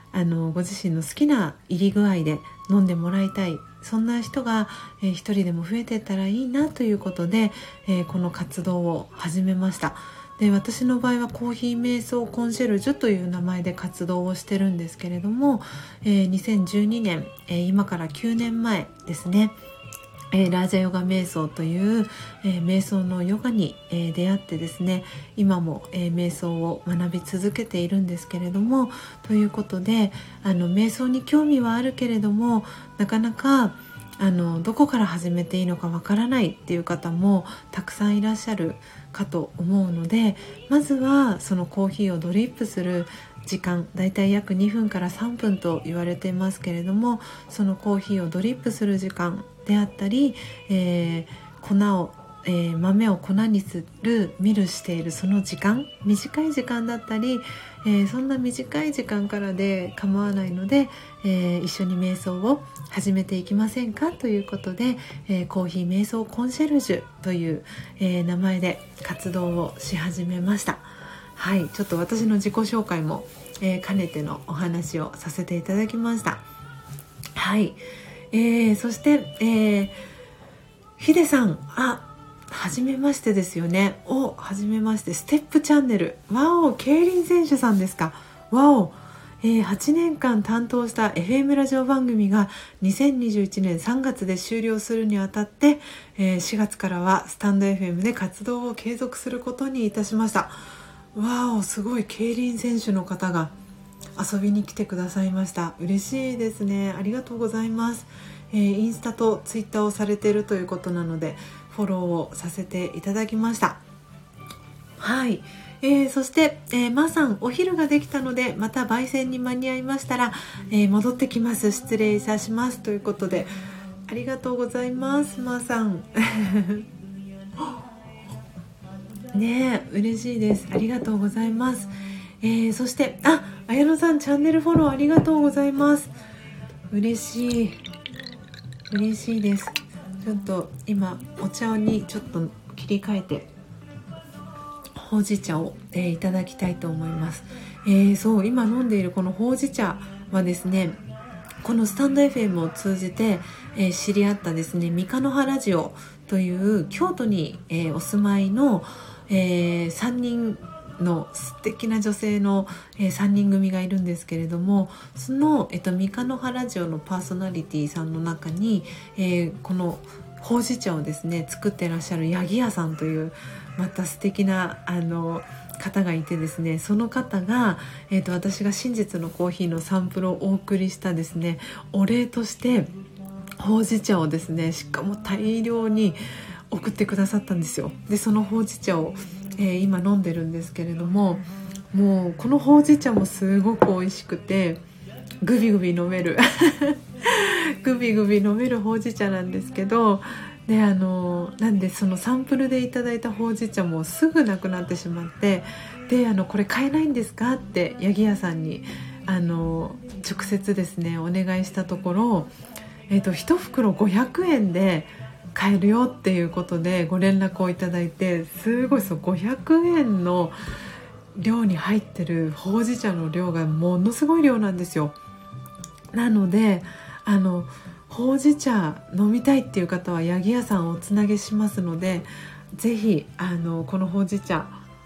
あのご自身の好きな入り具合で飲んでもらいたい、そんな人が、えー、一人でも増えていったらいいなということで、えー、この活動を始めました。で、私の場合はコーヒー瞑想コンシェルジュという名前で活動をしてるんですけれども、えー、にせんじゅうにねん、えー、今からきゅうねんまえですね、えー、ラージャヨガ瞑想という、えー、瞑想のヨガに、えー、出会ってですね、今も、えー、瞑想を学び続けているんですけれども、ということで、あの瞑想に興味はあるけれども、なかなかあのどこから始めていいのかわからないっていう方もたくさんいらっしゃるかと思うので、まずはそのコーヒーをドリップする時間、だいたい約にふんからさんぷんと言われていますけれども、そのコーヒーをドリップする時間であったり、えー、粉を、えー、豆を粉にするミルしているその時間、短い時間だったり、えー、そんな短い時間からで構わないので、えー、一緒に瞑想を始めていきませんかということで、えー、コーヒー瞑想コンシェルジュという、えー、名前で活動をし始めました。はい、ちょっと私の自己紹介も、えー、兼ねてのお話をさせていただきました。はい、えー、そして、えー、ヒデさん、あ、はじめましてですよね。お、はじめまして。ステップチャンネル、わお、競輪選手さんですか。わお、えー、はちねんかん担当した エフエム ラジオ番組がにせんにじゅういちねんさんがつで終了するにあたって、えー、しがつからはスタンド エフエム で活動を継続することにいたしました。わお、すごい、競輪選手の方が遊びに来てくださいました。嬉しいですね。ありがとうございます。えー、インスタとツイッターをされているということなのでフォローをさせていただきました。はい、えー、そして、えー、まーさん、お昼ができたのでまた焙煎に間に合いましたら、えー、戻ってきます。失礼いたしますということで、ありがとうございます、まーさんねえ、嬉しいです。ありがとうございます。えー、そしてあ、綾野さん、チャンネルフォローありがとうございます。嬉しい嬉しいです。ちょっと今お茶にちょっと切り替えてほうじ茶を、えー、いただきたいと思います。えー、そう今飲んでいるこのほうじ茶はですね、このスタンド エフエム を通じて、えー、知り合ったですね、三日の葉ラジオという京都に、えー、お住まいの、えー、さんにんの素敵な女性の、えー、さんにん組がいるんですけれども、その、えっと、三日の葉ラジオのパーソナリティさんの中に、えー、このほうじ茶をですね作ってらっしゃる八木屋さんというまた素敵なあの方がいてですね、その方が、えー、と私が真実のコーヒーのサンプルをお送りしたですね、お礼としてほうじ茶をですね、しかも大量に送ってくださったんですよ。でそのほうじ茶を、えー、今飲んでるんですけれども、もうこのほうじ茶もすごく美味しくてグビグビ飲めるグビグビ飲めるほうじ茶なんですけど、であのなんでそのサンプルでいただいたほうじ茶もすぐなくなってしまって、であのこれ買えないんですかって八木屋さんにあの直接ですねお願いしたところ、えーと、いちふくろごひゃくえんで買えるよっていうことでご連絡をいただいて、すごいそうごひゃくえんの量に入ってるほうじ茶の量がものすごい量なんですよ。なのであのほうじ茶飲みたいっていう方は八木屋さんをおつなげしますので、ぜひあのこのほうじ茶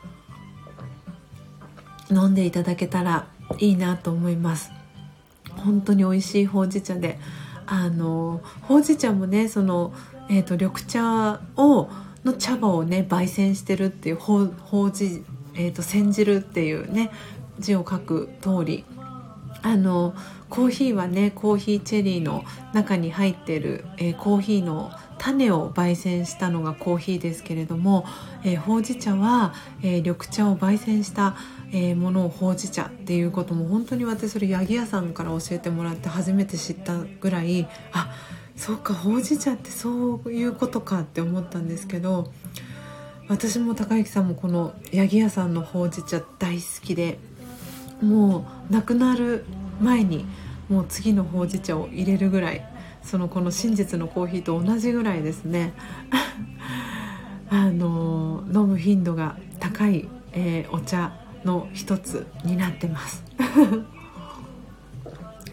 飲んでいただけたらいいなと思います。本当に美味しいほうじ茶で、あのほうじ茶もね、その、えーと、緑茶をの茶葉をね焙煎してるっていう、ほう、ほうじ、えーと、煎じるっていうね字を書く通り、あのコーヒーはねコーヒーチェリーの中に入っている、えー、コーヒーの種を焙煎したのがコーヒーですけれども、えー、ほうじ茶は、えー、緑茶を焙煎した、えー、ものをほうじ茶っていうことも、本当に私それ八木屋さんから教えてもらって初めて知ったぐらい、あ、そうか、ほうじ茶ってそういうことかって思ったんですけど、私も高之さんもこの八木屋さんのほうじ茶大好きで、もう亡くなる前にもう次のほうじ茶を入れるぐらい、そのこの真実のコーヒーと同じぐらいですねあの飲む頻度が高い、えー、お茶の一つになってます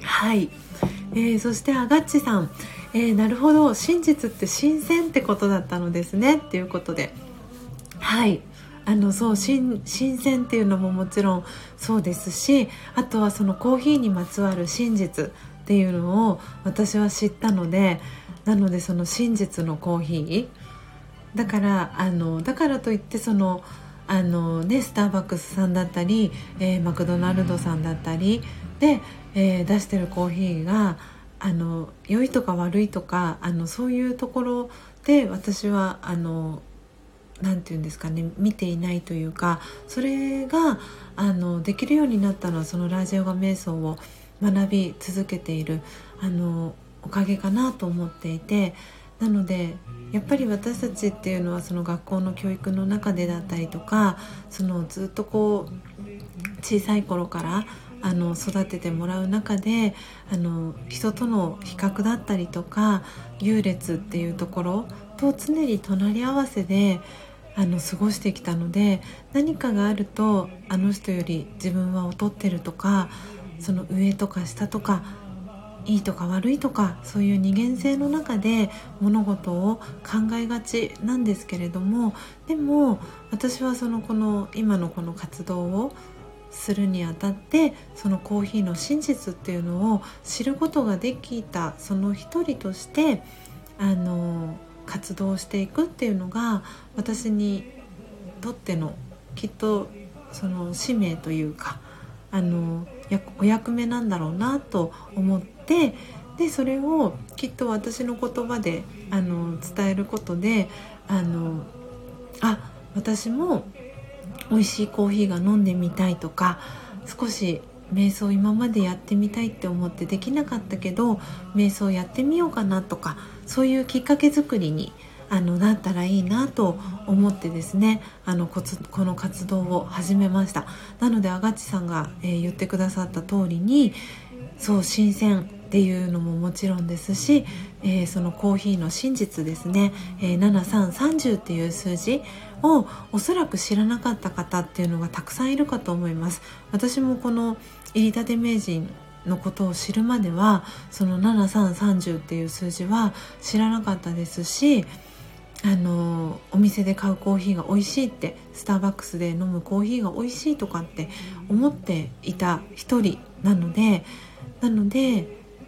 はい、えー、そしてあがっちさん、えー、なるほど、真実って新鮮ってことだったのですねっていうことで、はい、あのそう新、新鮮っていうのももちろんそうですし、あとはそのコーヒーにまつわる真実っていうのを私は知ったので、なのでその真実のコーヒーだからあのだからといってそのあの、ね、スターバックスさんだったり、えー、マクドナルドさんだったりで、えー、出してるコーヒーがあの良いとか悪いとか、あのそういうところで私はあのなんていうんですかね、見ていないというか、それがあのできるようになったのはそのラージヨガ瞑想を学び続けているあのおかげかなと思っていて、なのでやっぱり私たちっていうのはその学校の教育の中でだったりとか、そのずっとこう小さい頃からあの育ててもらう中で、あの人との比較だったりとか優劣っていうところと常に隣り合わせであの過ごしてきたので、何かがあるとあの人より自分は劣ってるとか、その上とか下とかいいとか悪いとか、そういう二元性の中で物事を考えがちなんですけれども、でも私はそのこの今のこの活動をするにあたって、そのコーヒーの真実っていうのを知ることができたその一人としてあの活動していくっていうのが私にとってのきっとその使命というか、あのお役目なんだろうなと思って、でそれをきっと私の言葉であの伝えることで、あのあ私も美味しいコーヒーが飲んでみたいとか、少し瞑想今までやってみたいって思ってできなかったけど瞑想やってみようかなとか、そういうきっかけ作りにあのなったらいいなと思ってですね、あの こ, つこの活動を始めました。なのであがちさんが、えー、言ってくださった通りに、そう新鮮っていうのももちろんですし、えー、そのコーヒーの真実ですね、えー、ななさんさんじゅうっていう数字をおそらく知らなかった方っていうのがたくさんいるかと思います。私もこの入りたて名人のことを知るまではそのななさんさんじゅうっていう数字は知らなかったですし、あのお店で買うコーヒーが美味しいって、スターバックスで飲むコーヒーが美味しいとかって思っていた一人なのでなので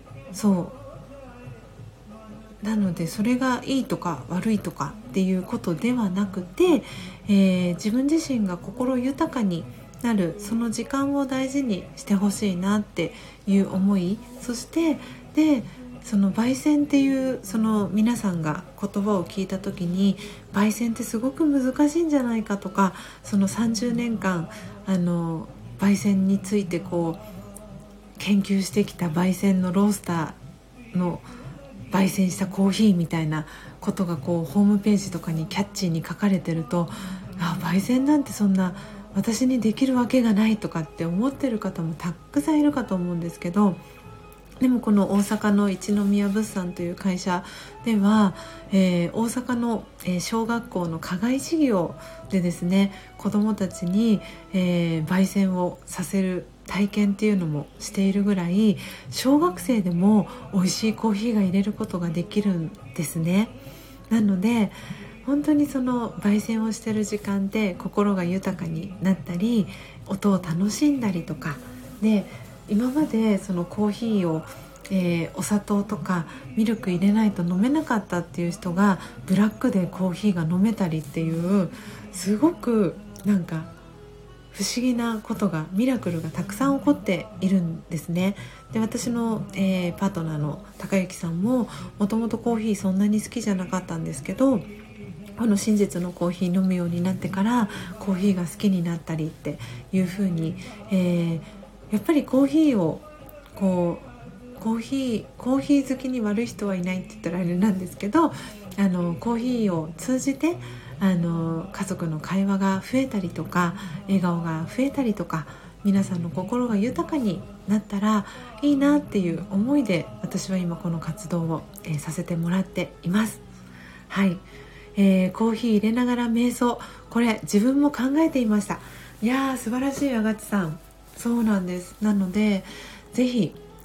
そうなのでそれがいいとか悪いとかっていうことではなくて、えー、自分自身が心豊かになるその時間を大事にしてほしいなっていう思い、そしてでその焙煎っていうその皆さんが言葉を聞いた時に、焙煎ってすごく難しいんじゃないかとか、そのさんじゅうねんかんあの焙煎についてこう研究してきた焙煎のロースターの焙煎したコーヒーみたいなことがこうホームページとかにキャッチーに書かれてると、あ焙煎なんてそんな私にできるわけがないとかって思ってる方もたくさんいるかと思うんですけど、でもこの大阪の一宮物産という会社では、えー、大阪の、えー、小学校の課外授業でですね、子どもたちに、えー、焙煎をさせる体験っていうのもしているぐらい、小学生でも美味しいコーヒーが入れることができるんですね。なので本当にその焙煎をしてる時間で心が豊かになったり、音を楽しんだりとかで、今までそのコーヒーを、えー、お砂糖とかミルク入れないと飲めなかったっていう人がブラックでコーヒーが飲めたりっていう、すごくなんか不思議なことが、ミラクルがたくさん起こっているんですね。で私の、えー、パートナーの高幸さんももともとコーヒーそんなに好きじゃなかったんですけど、この真実のコーヒー飲むようになってからコーヒーが好きになったりっていう風に、えー、やっぱりコーヒーをこうコーヒーコーヒー好きに悪い人はいないって言ったらあれなんですけど、あのコーヒーを通じてあの家族の会話が増えたりとか、笑顔が増えたりとか、皆さんの心が豊かになったらいいなっていう思いで、私は今この活動を、えー、させてもらっています。はい、えー、コーヒー入れながら瞑想、これ自分も考えていました。いやー素晴らしいあがちさん。そうなんです。なのでぜひ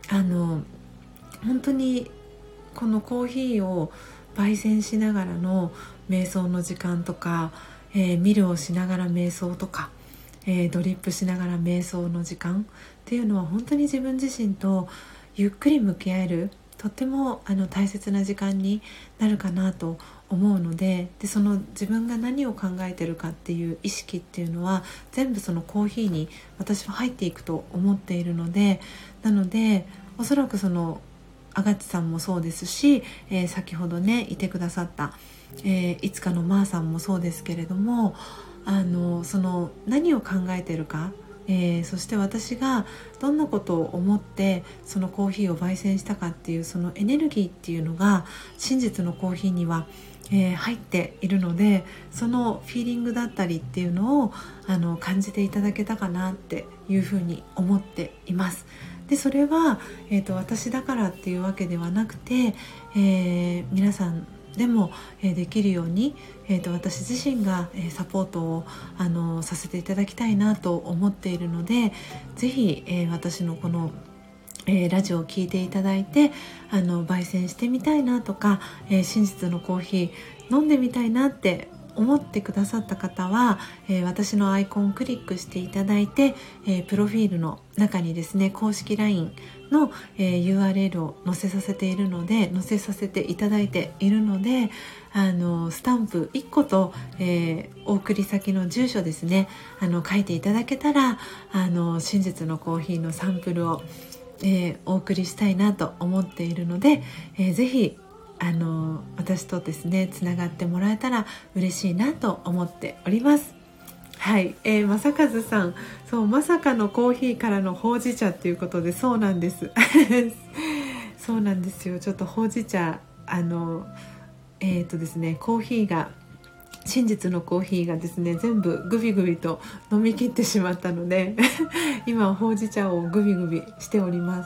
あの本当にこのコーヒーを焙煎しながらの瞑想の時間とか、えー、ミルをしながら瞑想とか、えー、ドリップしながら瞑想の時間っていうのは本当に自分自身とゆっくり向き合えるとってもあの大切な時間になるかなと思うので、でその自分が何を考えてるかっていう意識っていうのは全部そのコーヒーに私は入っていくと思っているので、なのでおそらくそのあがちさんもそうですし、えー、先ほどねいてくださった、えー、いつかのまーさんもそうですけれども、あのその何を考えてるか、えー、そして私がどんなことを思ってそのコーヒーを焙煎したかっていうそのエネルギーっていうのが真実のコーヒーには、えー、入っているので、そのフィーリングだったりっていうのをあの感じていただけたかなっていうふうに思っています。でそれは、えーと、私だからっていうわけではなくて、えー、皆さんでも、えー、できるように、えーと、私自身が、えー、サポートをあのさせていただきたいなと思っているので、ぜひ、えー、私のこのえー、ラジオを聞いていただいて、あの焙煎してみたいなとか、えー、真実のコーヒー飲んでみたいなって思ってくださった方は、えー、私のアイコンをクリックしていただいて、えー、プロフィールの中にですね公式 ライン の、えー、ユーアールエル を載せさせているので載せさせていただいているので、あのスタンプいっこと、えー、お送り先の住所ですね、あの書いていただけたら、あの真実のコーヒーのサンプルをえー、お送りしたいなと思っているので、えー、ぜひあの私とですねつながってもらえたら嬉しいなと思っております。はい、えー、正和さん、そうまさかのコーヒーからのほうじ茶っていうことで、そうなんですそうなんですよ。ちょっとほうじ茶あのえっとですねコーヒーが真実のコーヒーがですね全部グビグビと飲み切ってしまったので今ほうじ茶をグビグビしております。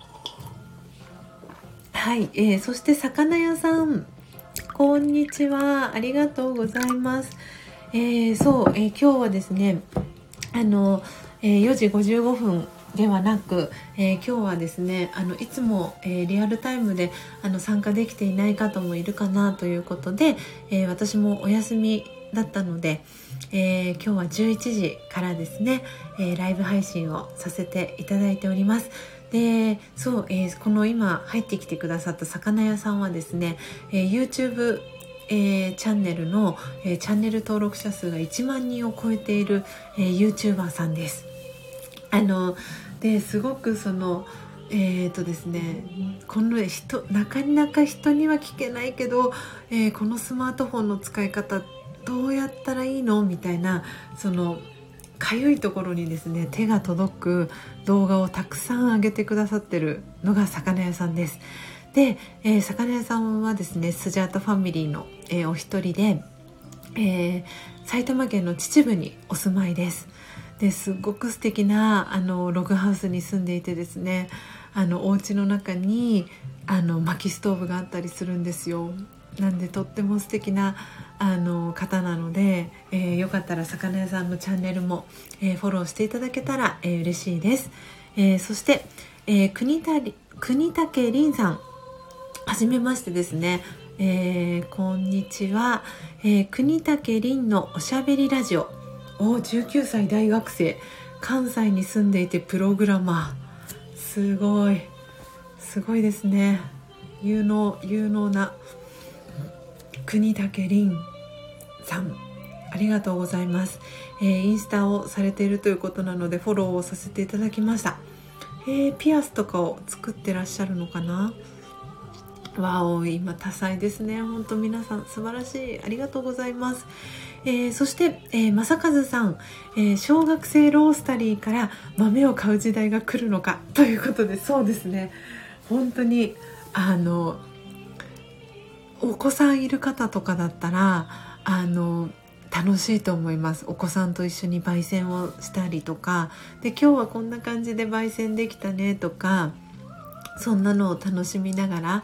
はい、えー、そして魚屋さんこんにちは、ありがとうございます。えー、そう、えー、今日はですねあの、えー、よじごじゅうごふんではなく、えー、今日はですねあのいつも、えー、リアルタイムであの参加できていない方もいるかなということで、えー、私もお休みだったので、えー、今日はじゅういちじからですね、えー、ライブ配信をさせていただいております。でそう、えー、この今入ってきてくださった魚屋さんはですね、えー、YouTubeえー、チャンネルの、えー、チャンネル登録者数がいちまんにんを超えている、えー、YouTuber さんです。あのですごくそのえーとですねこの人なかなか人には聞けないけど、えー、このスマートフォンの使い方どうやったらいいのみたいな、そのかゆいところにですね手が届く動画をたくさん上げてくださってるのが魚屋さんです。で、えー、魚屋さんはですねスジャータファミリーの、えー、お一人で、えー、埼玉県の秩父にお住まいです。ですごく素敵なあのログハウスに住んでいてですね、あのお家の中にあの薪ストーブがあったりするんですよ。なんでとっても素敵なあの方なので、えー、よかったら魚屋さんのチャンネルも、えー、フォローしていただけたら、えー、嬉しいです。えー、そして、えー、国たり国武凛さん、はじめましてですね、えー、こんにちは、えー、国武凛のおしゃべりラジオ、おじゅうきゅうさい大学生、関西に住んでいてプログラマー、すごいすごいですね。有能有能な国武凛さん、ありがとうございます。えー、インスタをされているということなのでフォローをさせていただきました。えー、ピアスとかを作ってらっしゃるのかな。わお、今多彩ですね。本当皆さん素晴らしい、ありがとうございます。えー、そして、えー、正和さん、えー、小学生ロースタリーから豆を買う時代が来るのかということで、そうですね、本当にあのお子さんいる方とかだったらあの楽しいと思います。お子さんと一緒に焙煎をしたりとかで、今日はこんな感じで焙煎できたねとか、そんなのを楽しみながら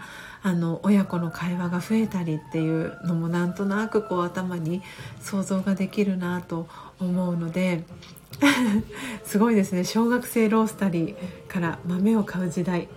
あの親子の会話が増えたりっていうのもなんとなくこう頭に想像ができるなと思うのですごいですね。小学生ロースタリーから豆を買う時代、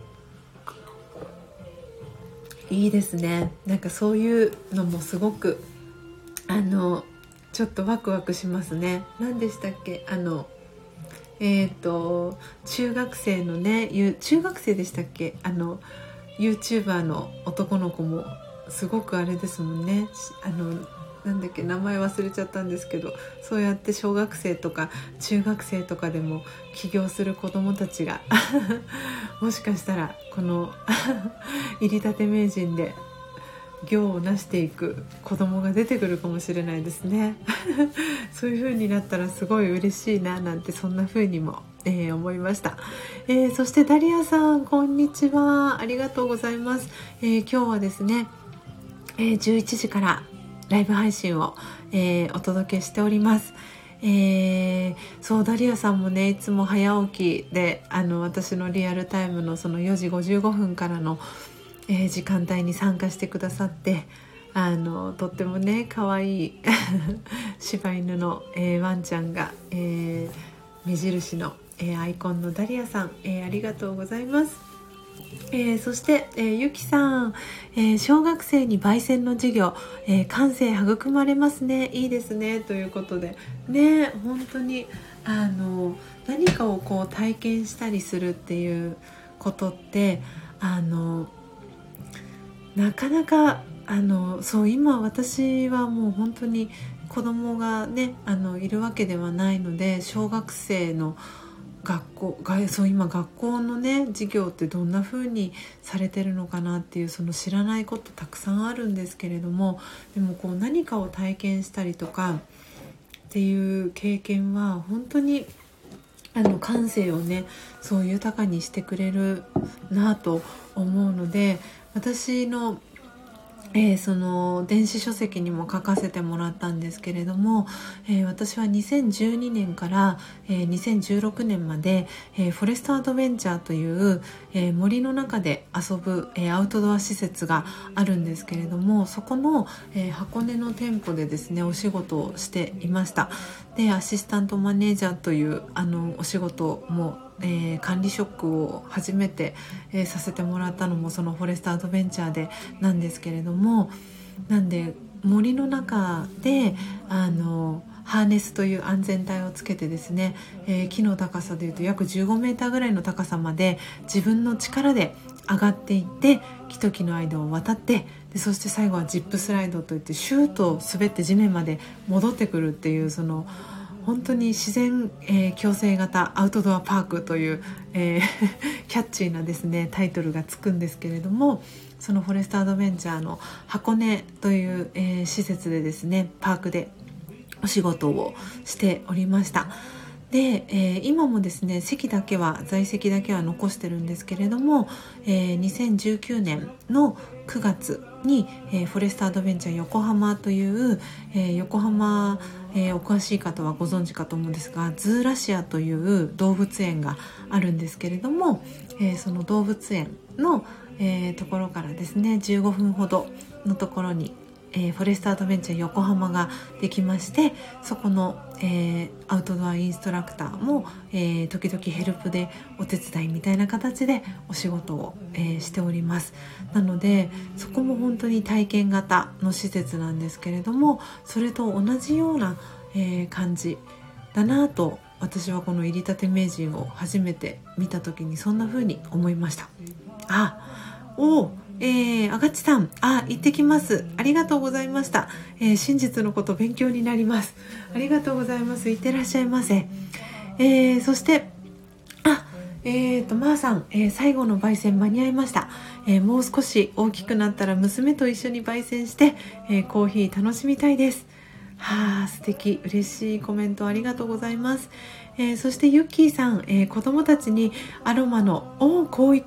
いいですね。なんかそういうのもすごくあのちょっとワクワクしますね。何でしたっけ、あのえーと中学生のね、中学生でしたっけ、あの YouTuber の男の子もすごくあれですもんね。あのなんだっけ、名前忘れちゃったんですけど、そうやって小学生とか中学生とかでも起業する子どもたちがもしかしたらこの入りたて名人で業を成していく子どもが出てくるかもしれないですねそういう風になったらすごい嬉しいななんて、そんな風にも、えー、思いました。えー、そしてダリアさん、こんにちは、ありがとうございます。えー、今日はですね、えー、じゅういちじからライブ配信を、えー、お届けしております。えー、そうダリアさんもね、いつも早起きであの私のリアルタイムのそのよじごじゅうごふんからの、えー、時間帯に参加してくださって、あのとってもね可愛い柴犬の、えー、ワンちゃんが、えー、目印の、えー、アイコンのダリアさん、えー、ありがとうございます。えー、そして、えー、ゆきさん、えー、小学生に焙煎の授業、えー、感性育まれますね、いいですねということでね、本当にあの何かをこう体験したりするっていうことってあのなかなかあのそう今私はもう本当に子供がねあのいるわけではないので、小学生の学校がそう今学校のね授業ってどんな風にされてるのかなっていう、その知らないことたくさんあるんですけれども、でもこう何かを体験したりとかっていう経験は本当にあの感性をねそう豊かにしてくれるなと思うので、私のえー、その電子書籍にも書かせてもらったんですけれども、えー、私はにせんじゅうにねんから、えー、にせんじゅうろくねんまで、えー、フォレストアドベンチャーという、えー、森の中で遊ぶ、えー、アウトドア施設があるんですけれども、そこの、えー、箱根の店舗でですねお仕事をしていました。でアシスタントマネージャーというあのお仕事もえー、管理職を初めて、えー、させてもらったのもそのフォレストアドベンチャーでなんですけれども、なんで森の中であのハーネスという安全帯をつけてですね、えー、木の高さでいうと約じゅうごメーターぐらいの高さまで自分の力で上がっていって木と木の間を渡って、でそして最後はジップスライドといってシュート滑って地面まで戻ってくるっていう、その本当に自然、えー、共生型アウトドアパークという、えー、キャッチーなですねタイトルがつくんですけれども、そのフォレストアドベンチャーの箱根という、えー、施設でですねパークでお仕事をしておりました。で、えー、今もですね席だけは在籍だけは残してるんですけれども、えー、にせんじゅうきゅうねんのくがつに、えー、フォレストアドベンチャー横浜という、えー、横浜、えー、お詳しい方はご存知かと思うんですが、ズーラシアという動物園があるんですけれども、えー、その動物園の、えー、ところからですねじゅうごふんほどのところにえー、フォレストアドベンチャー横浜ができまして、そこの、えー、アウトドアインストラクターも、えー、時々ヘルプでお手伝いみたいな形でお仕事を、えー、しております。なのでそこも本当に体験型の施設なんですけれども、それと同じような、えー、感じだなと、私はこの入りたて名人を初めて見た時にそんな風に思いました。あ、おーえー、あがちさん、あ、行ってきます。ありがとうございました。えー、真実のこと勉強になります。ありがとうございます。行ってらっしゃいませ。えー、そして、あ、えーと、まーさん、えー、最後の焙煎間に合いました。えー、もう少し大きくなったら娘と一緒に焙煎して、えー、コーヒー楽しみたいです。はあ、素敵、嬉しいコメントありがとうございます。えー、そしてユッキーさん、えー、子供たちにアロマのお教育、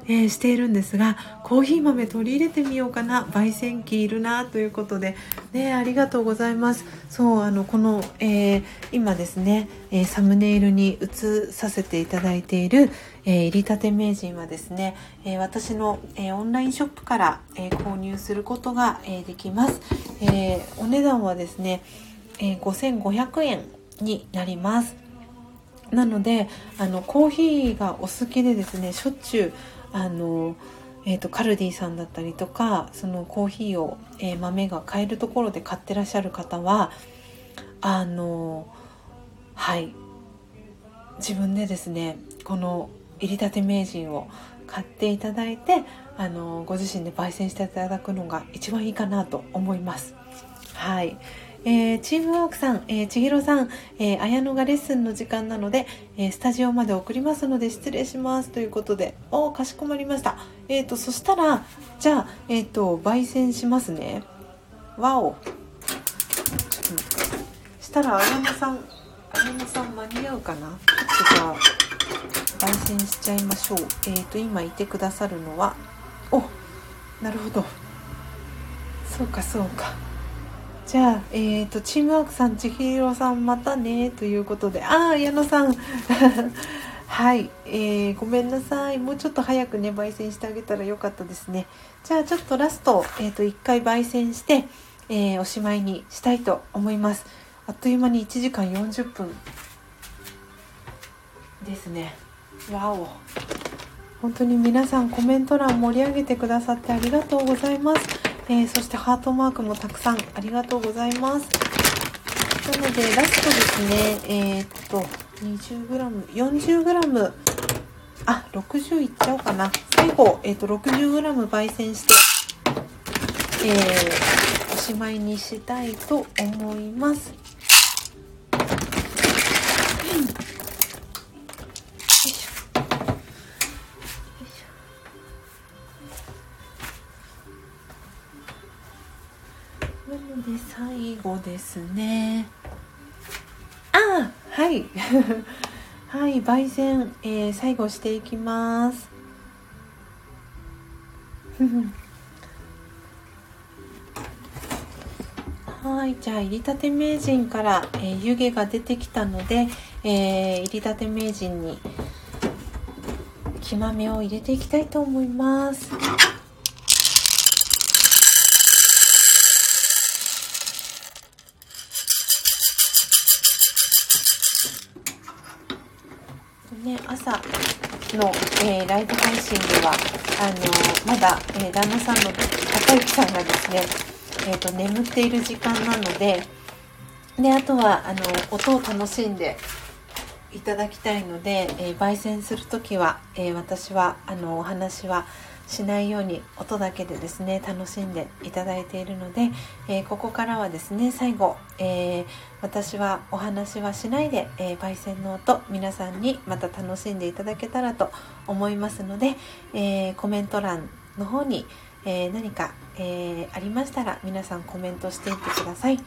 えー、しているんですが、コーヒー豆取り入れてみようかな、焙煎機いるなということで、ね、ありがとうございます。そうあのこの、えー、今ですね、えー、サムネイルに映させていただいている、えー、入りたて名人はですね、えー、私の、えー、オンラインショップから、えー、購入することが、えー、できます。えー、お値段はですね、えー、ごせんごひゃくえんになります。なのであのコーヒーがお好きでですね、しょっちゅうあの、えー、とカルディさんだったりとか、そのコーヒーを、えー、豆が買えるところで買ってらっしゃる方はあのはい自分でですね、この入りたて名人を買っていただいて、あのご自身で焙煎していただくのが一番いいかなと思います。はい、えー、チームワークさん、えー、千尋さん、えー、綾乃がレッスンの時間なので、えー、スタジオまで送りますので失礼しますということで、おかしこまりました。えーとそしたらじゃあ、えーと焙煎しますね。わお、ちょっと待ってください。したら綾乃さん綾乃さん間に合うかな。ちょっとじゃあ焙煎しちゃいましょう。えーと今いてくださるのは、お、なるほど、そうかそうか。じゃあ、えーと、チームワークさん、千尋さんまたねということで、あー、矢野さんはい、えー、ごめんなさい、もうちょっと早くね焙煎してあげたらよかったですね。じゃあちょっとラスト、えーと、いっかい焙煎して、えー、おしまいにしたいと思います。あっという間にいちじかんよんじゅっぷんですね。わお、本当に皆さんコメント欄盛り上げてくださってありがとうございます。えー、そしてハートマークもたくさんありがとうございます。なのでラストですね、えー、っと にじゅうグラム、よんじゅうグラム、あ、ろくじゅういっちゃおうかな。最後、えー、っと ろくじゅうグラム 焙煎して、えー、おしまいにしたいと思います。なので最後ですね、あー、はいはい焙煎、えー、最後していきますはい、じゃあ入りたて名人から、えー、湯気が出てきたので、えー、入りたて名人に木豆を入れていきたいと思います。ね、朝の、えー、ライブ配信ではあのまだ、えー、旦那さんの高之さんがですね、えーと、眠っている時間なので、であとはあの音を楽しんでいただきたいので、えー、焙煎するときは、えー、私はあのお話はしないように音だけでですね楽しんでいただいているので、えー、ここからはですね最後、えー、私はお話はしないで、えー、焙煎の音皆さんにまた楽しんでいただけたらと思いますので、えー、コメント欄の方に、えー、何か、えー、ありましたら皆さんコメントしていってください。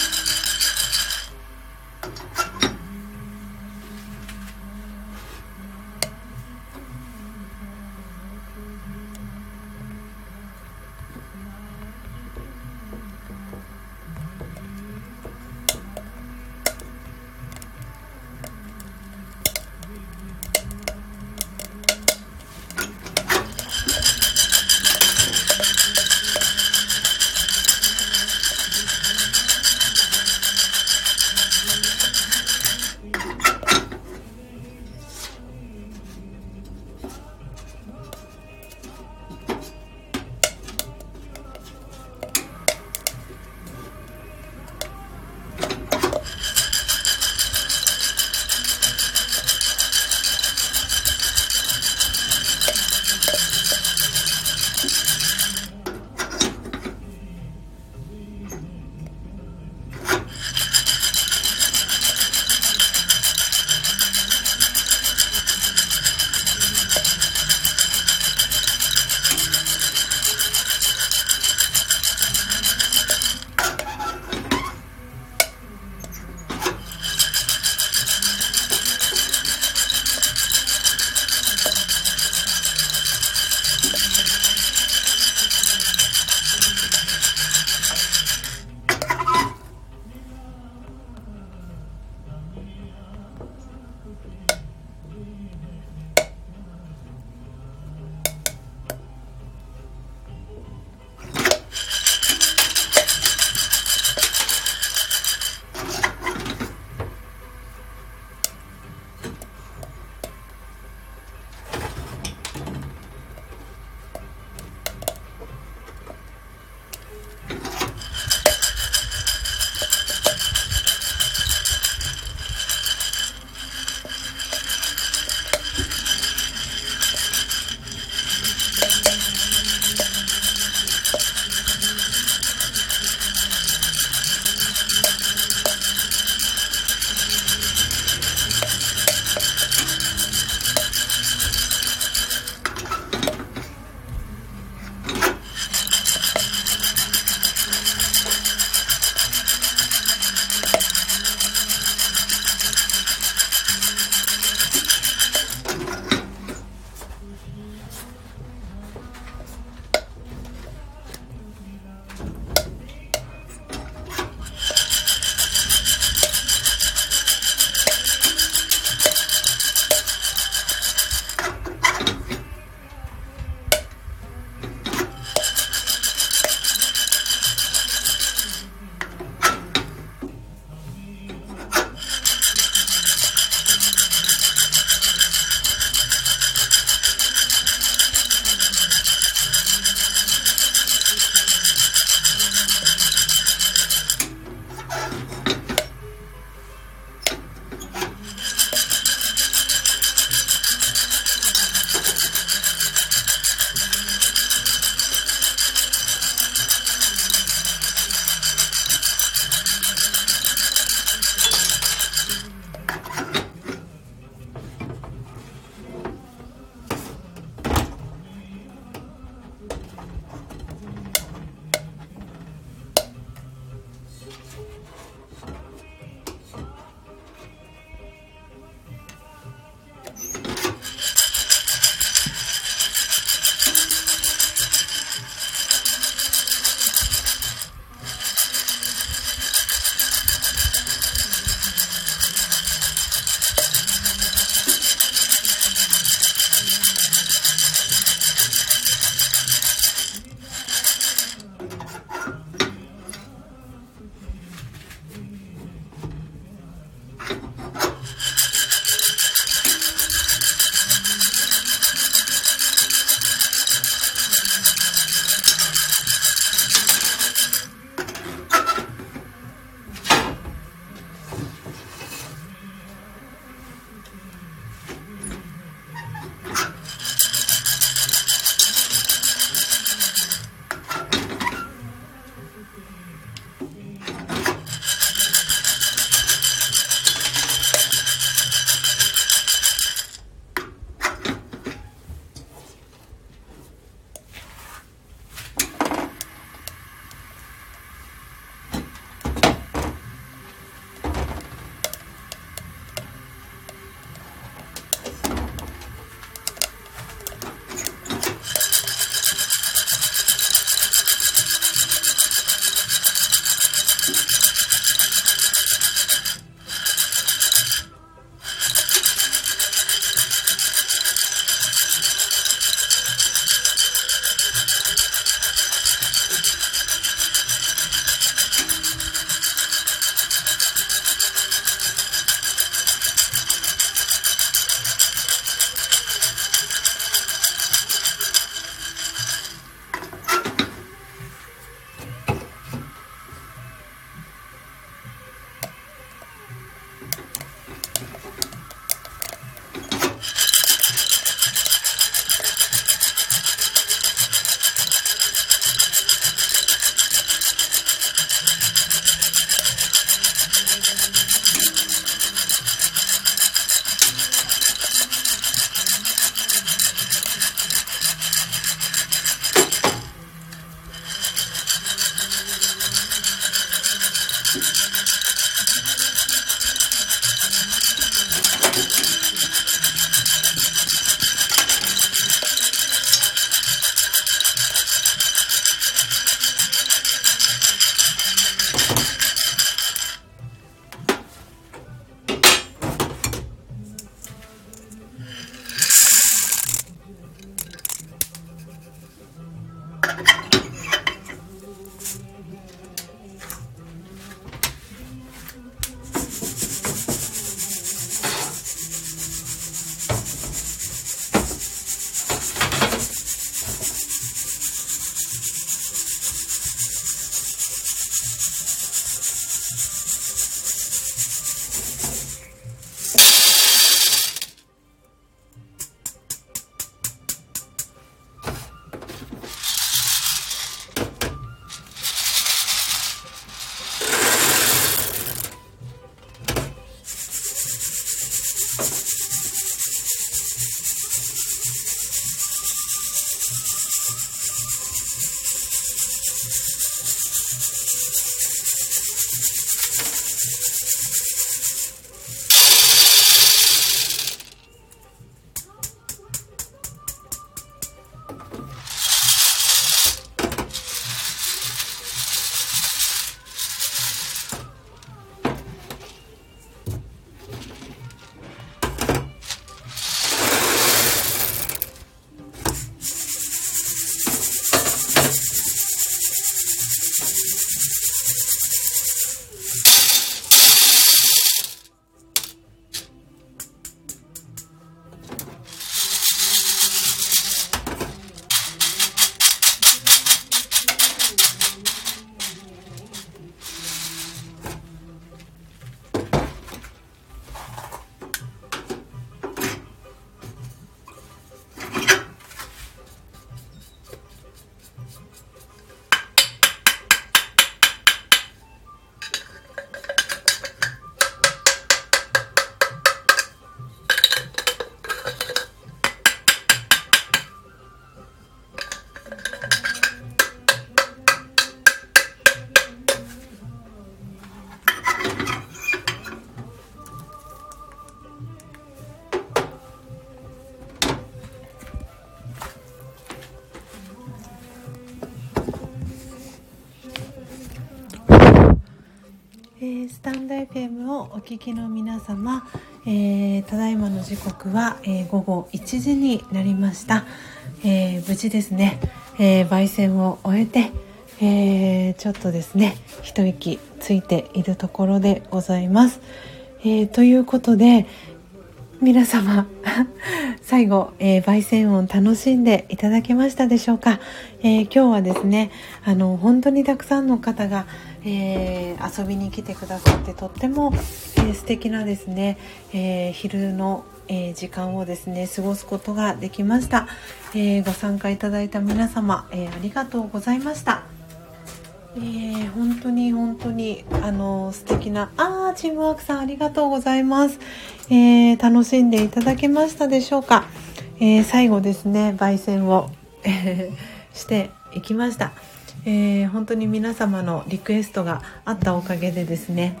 ー、スタンド エフエム をお聞きの皆様、えー、ただいまの時刻は、えー、ごごいちじになりました。えー、無事ですね、えー、焙煎を終えて、えー、ちょっとですね一息ついているところでございます。えー、ということで皆様最後、えー、焙煎音楽しんでいただけましたでしょうか。えー、今日はですねあの本当にたくさんの方が、えー、遊びに来てくださってとっても、えー、素敵なですね、えー、昼の、えー、時間をですね過ごすことができました。えー、ご参加いただいた皆様、えー、ありがとうございました。えー、本当に本当にあの素敵なあーチームワークさんありがとうございます。えー、楽しんでいただけましたでしょうか。えー、最後ですね焙煎を、えー、していきました。えー、本当に皆様のリクエストがあったおかげでですね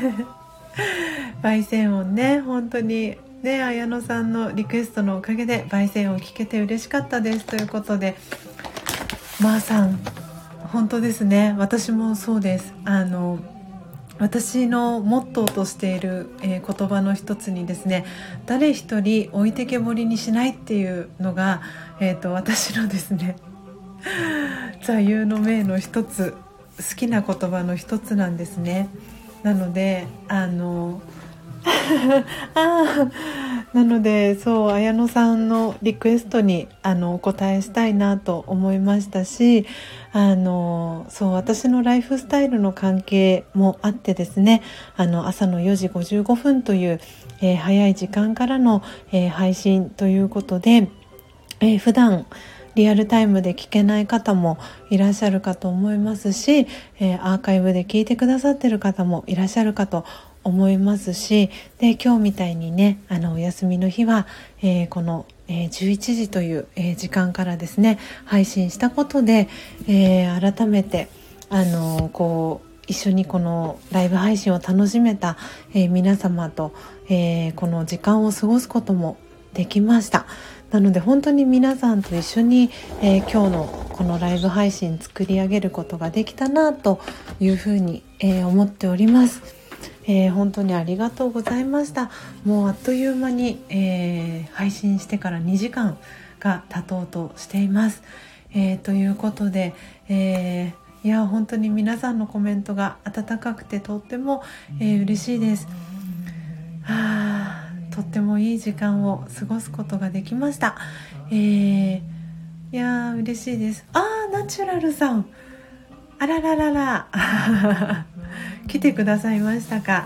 焙煎音ね本当にね綾乃さんのリクエストのおかげで焙煎音聞けて嬉しかったですということで、まーさん本当ですね。私もそうです。あの私のモットーとしている、えー、言葉の一つにですね誰一人置いてけぼりにしないっていうのが、えーと、私のですね座右の銘の一つ好きな言葉の一つなんですね。なのであのあなのでそう綾乃さんのリクエストにあのお答えしたいなと思いましたし、あのそう私のライフスタイルの関係もあってですねあの朝のよじごじゅうごふんという、えー、早い時間からの、えー、配信ということで、えー、普段リアルタイムで聞けない方もいらっしゃるかと思いますし、えー、アーカイブで聞いてくださってる方もいらっしゃるかと思いますし、で今日みたいにねあのお休みの日は、えー、この、えー、じゅういちじという、えー、時間からですね配信したことで、えー、改めてあのこう一緒にこのライブ配信を楽しめた、えー、皆様と、えー、この時間を過ごすこともできました。なので本当に皆さんと一緒に、えー、今日のこのライブ配信作り上げることができたなというふうに、えー、思っております。えー、本当にありがとうございました。もうあっという間に、えー、配信してからにじかんが経とうとしています。えー、ということで、えー、いや本当に皆さんのコメントが温かくてとっても、えー、嬉しいです。はあ、とってもいい時間を過ごすことができました。えー、いや嬉しいです。あーナチュラルさんあらららら来てくださいましたか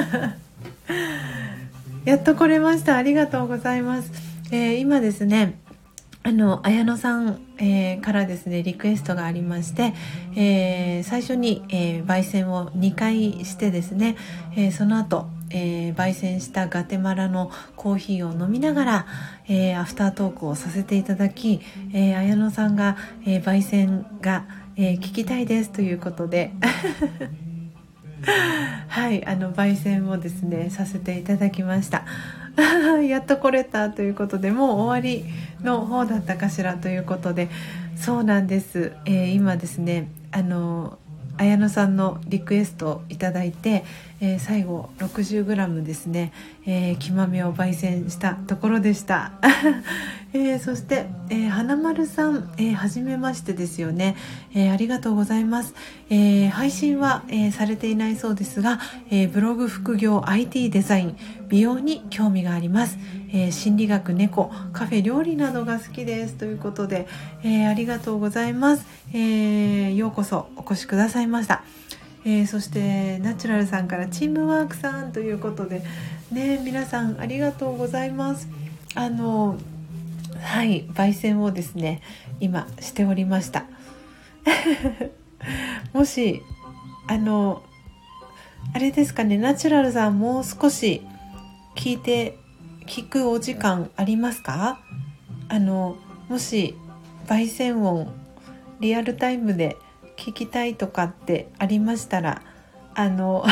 やっと来れました。ありがとうございます。えー、今ですねあの綾乃さん、えー、からですねリクエストがありまして、えー、最初に、えー、焙煎をにかいしてですね、えー、その後、えー、焙煎したガテマラのコーヒーを飲みながら、えー、アフタートークをさせていただき、えー、綾乃さんが、えー、焙煎が、えー、聞きたいですということではいあの焙煎をですねさせていただきましたやっと来れたということでもう終わりの方だったかしらということで、そうなんです、えー、今ですねあの綾乃さんのリクエストをいただいて、えー、最後 ろくじゅうグラム ですね、えー、木豆を焙煎したところでした、えー、そして、えー、花丸さん、えー、はじめましてですよね、えー、ありがとうございます。えー、配信は、えー、されていないそうですが、えー、ブログ副業 アイティー デザイン美容に興味があります、えー、心理学猫カフェ料理などが好きですということで、えー、ありがとうございます。えー、ようこそお越しくださいました。えー、そしてナチュラルさんからチームワークさんということでね皆さんありがとうございます。あのはい焙煎をですね今しておりましたもしあのあれですかねナチュラルさんもう少し聞いて聞くお時間ありますか？あのもし焙煎音リアルタイムで聞きたいとかってありましたらあの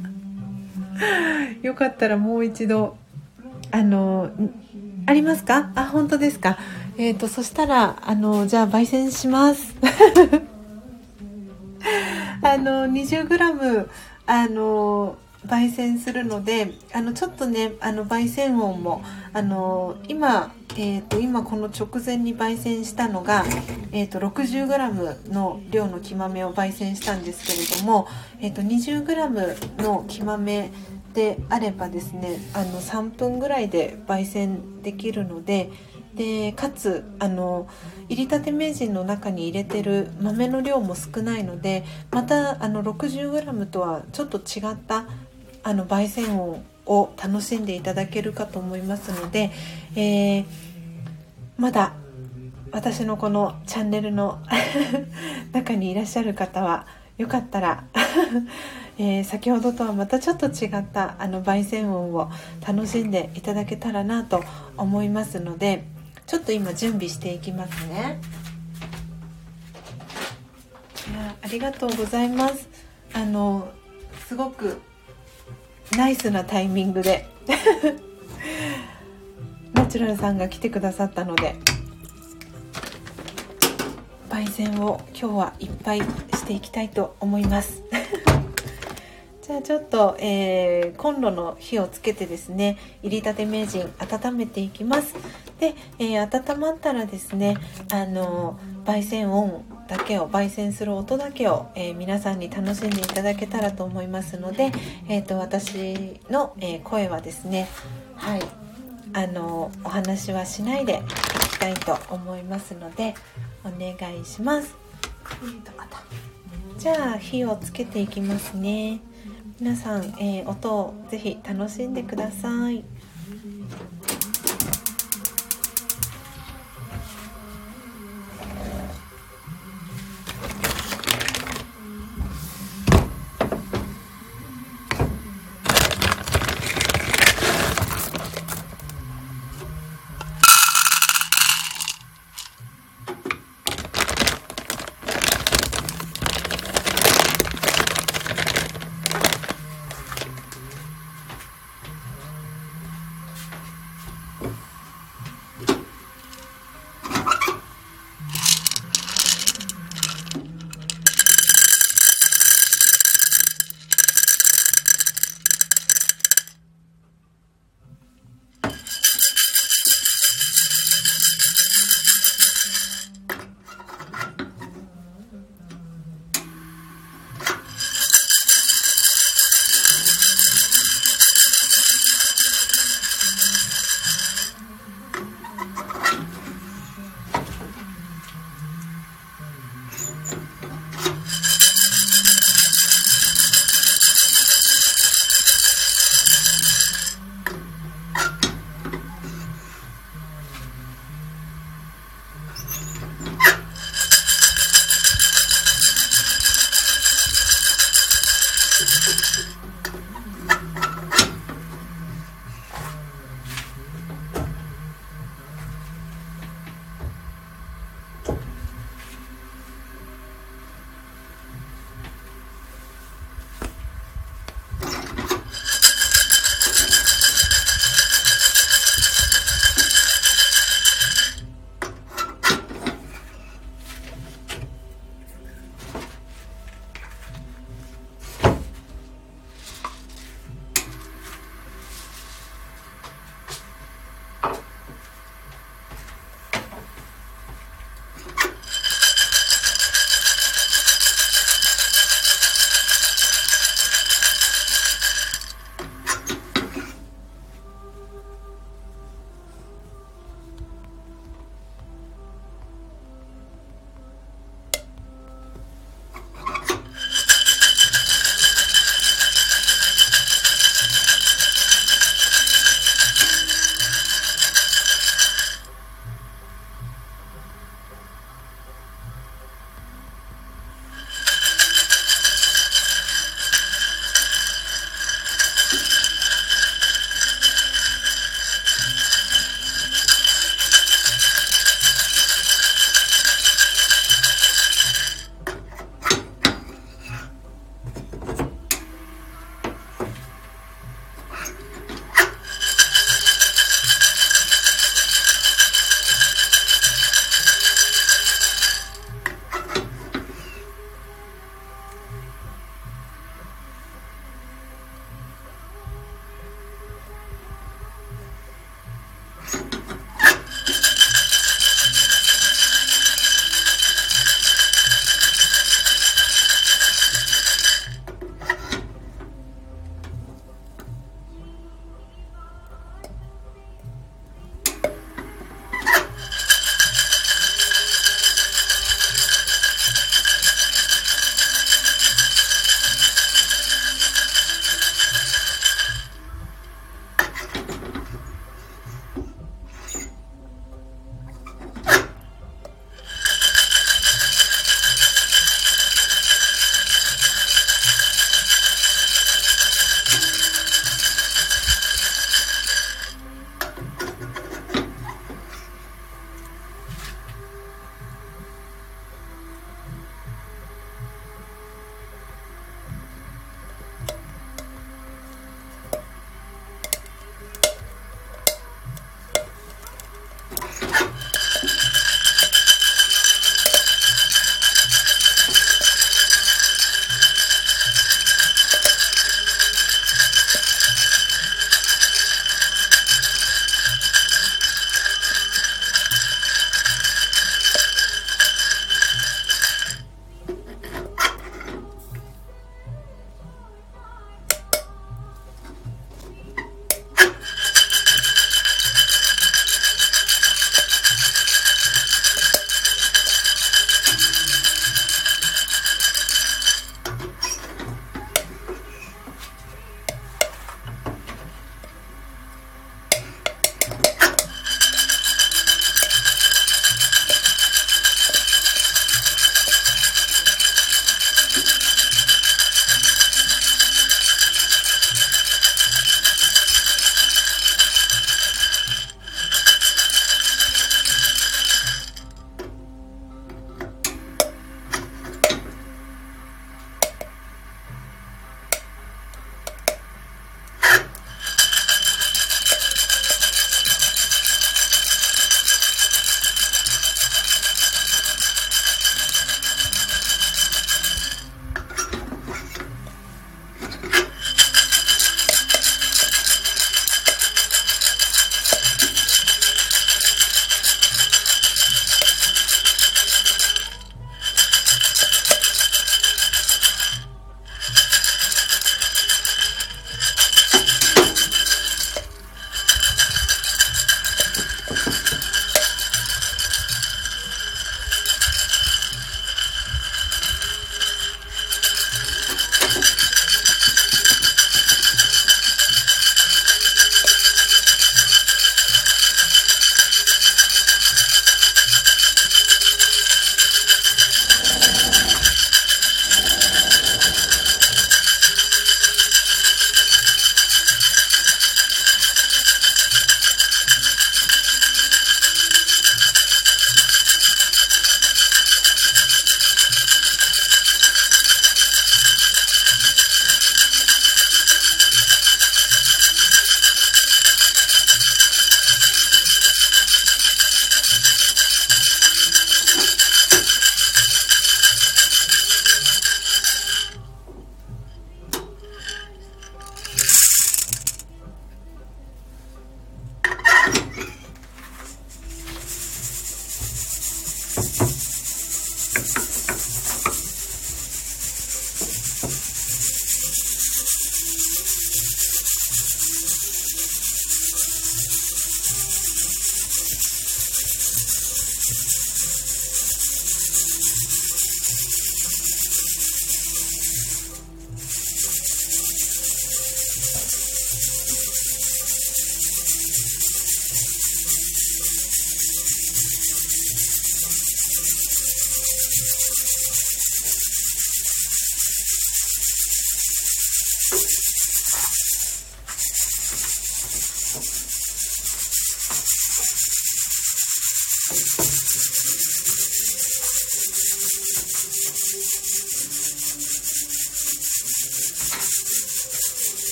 よかったらもう一度あのありますか？あ本当ですか。えーとそしたらあのじゃあ焙煎しますあの にじゅうグラムあの焙煎するので、あのちょっとねあの焙煎音もあの今、えー、と今この直前に焙煎したのが、えー、と ろくじゅうグラム の量の木豆を焙煎したんですけれども、えー、と にじゅうグラム の木豆であればですね、あのさんぷんぐらいで焙煎できるので、でかつあの入りたて名人の中に入れてる豆の量も少ないので、またあの ろくじゅうグラム とはちょっと違ったあの焙煎音を楽しんでいただけるかと思いますので、えー、まだ私のこのチャンネルの中にいらっしゃる方はよかったら、えー、先ほどとはまたちょっと違ったあの焙煎音を楽しんでいただけたらなと思いますので、ちょっと今準備していきますね。いやありがとうございます。あのすごくナイスなタイミングでナチュラルさんが来てくださったので、焙煎を今日はいっぱいしていきたいと思いますじゃあちょっと、えー、コンロの火をつけてですね、入りたて名人温めていきます。で、えー、温まったらですね、あの焙煎音だけを焙煎する音だけを、えー、皆さんに楽しんでいただけたらと思いますので、えー、と私の、えー、声はですね、はいあのお話はしないでいきたいと思いますのでお願いします。じゃあ火をつけていきますね。皆さん、えー、音をぜひ楽しんでください。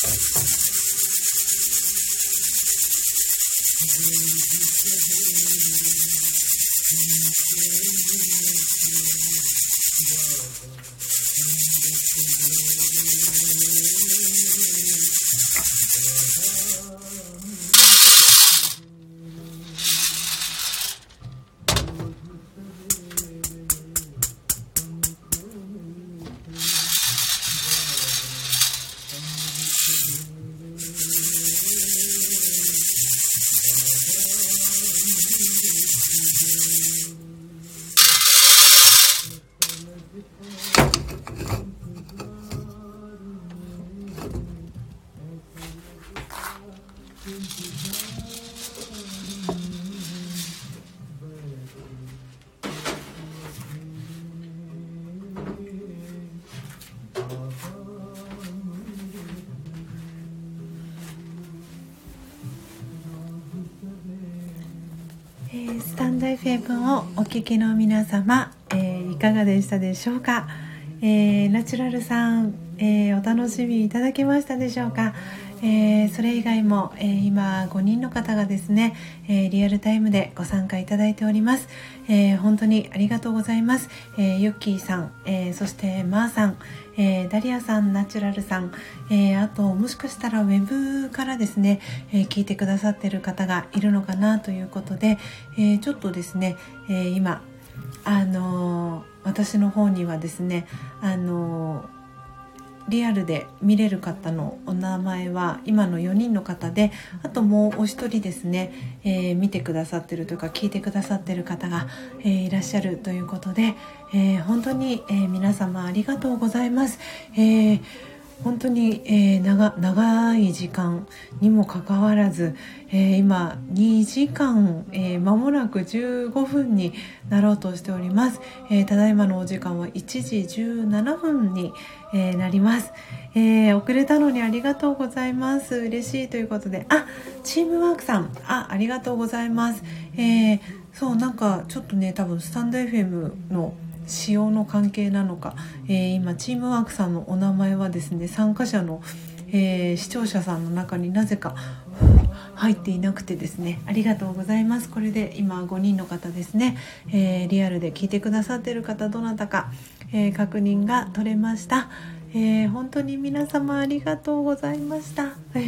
えー、スタンド エフエム をお聞きの皆様、えー、いかがでしたでしょうか。えー、ナチュラルさん、えー、お楽しみいただけましたでしょうか。えー、それ以外も、えー、今ごにんの方がですね、えー、リアルタイムでご参加いただいております。えー、本当にありがとうございます。えー、ユッキーさん、えー、そしてマーさん、えー、ダリアさん、ナチュラルさん、えー、あともしかしたらウェブからですね、えー、聞いてくださっている方がいるのかなということで、えー、ちょっとですね、えー、今あのー、私の方にはですね、あのーリアルで見れる方のお名前は今のよにんの方で、あともうお一人ですね、えー、見てくださってるというか聞いてくださってる方が、えー、いらっしゃるということで、えー、本当に、えー、皆様ありがとうございます。えー本当に、えー、長, 長い時間にもかかわらず、えー、今にじかん、えー、間もなくじゅうごふんになろうとしております。えー、ただいまのお時間はいちじじゅうななふんに、えー、なります。えー、遅れたのにありがとうございます。嬉しいということで、あ、チームワークさん、あ、ありがとうございます。えー、そうなんかちょっとね、多分スタンド エフエム の仕様の関係なのか、えー、今チームワークさんのお名前はですね、参加者の、えー、視聴者さんの中になぜか入っていなくてですね、ありがとうございます。これで今ごにんの方ですね、えー、リアルで聞いてくださっている方どなたか、えー、確認が取れました。えー、本当に皆様ありがとうございました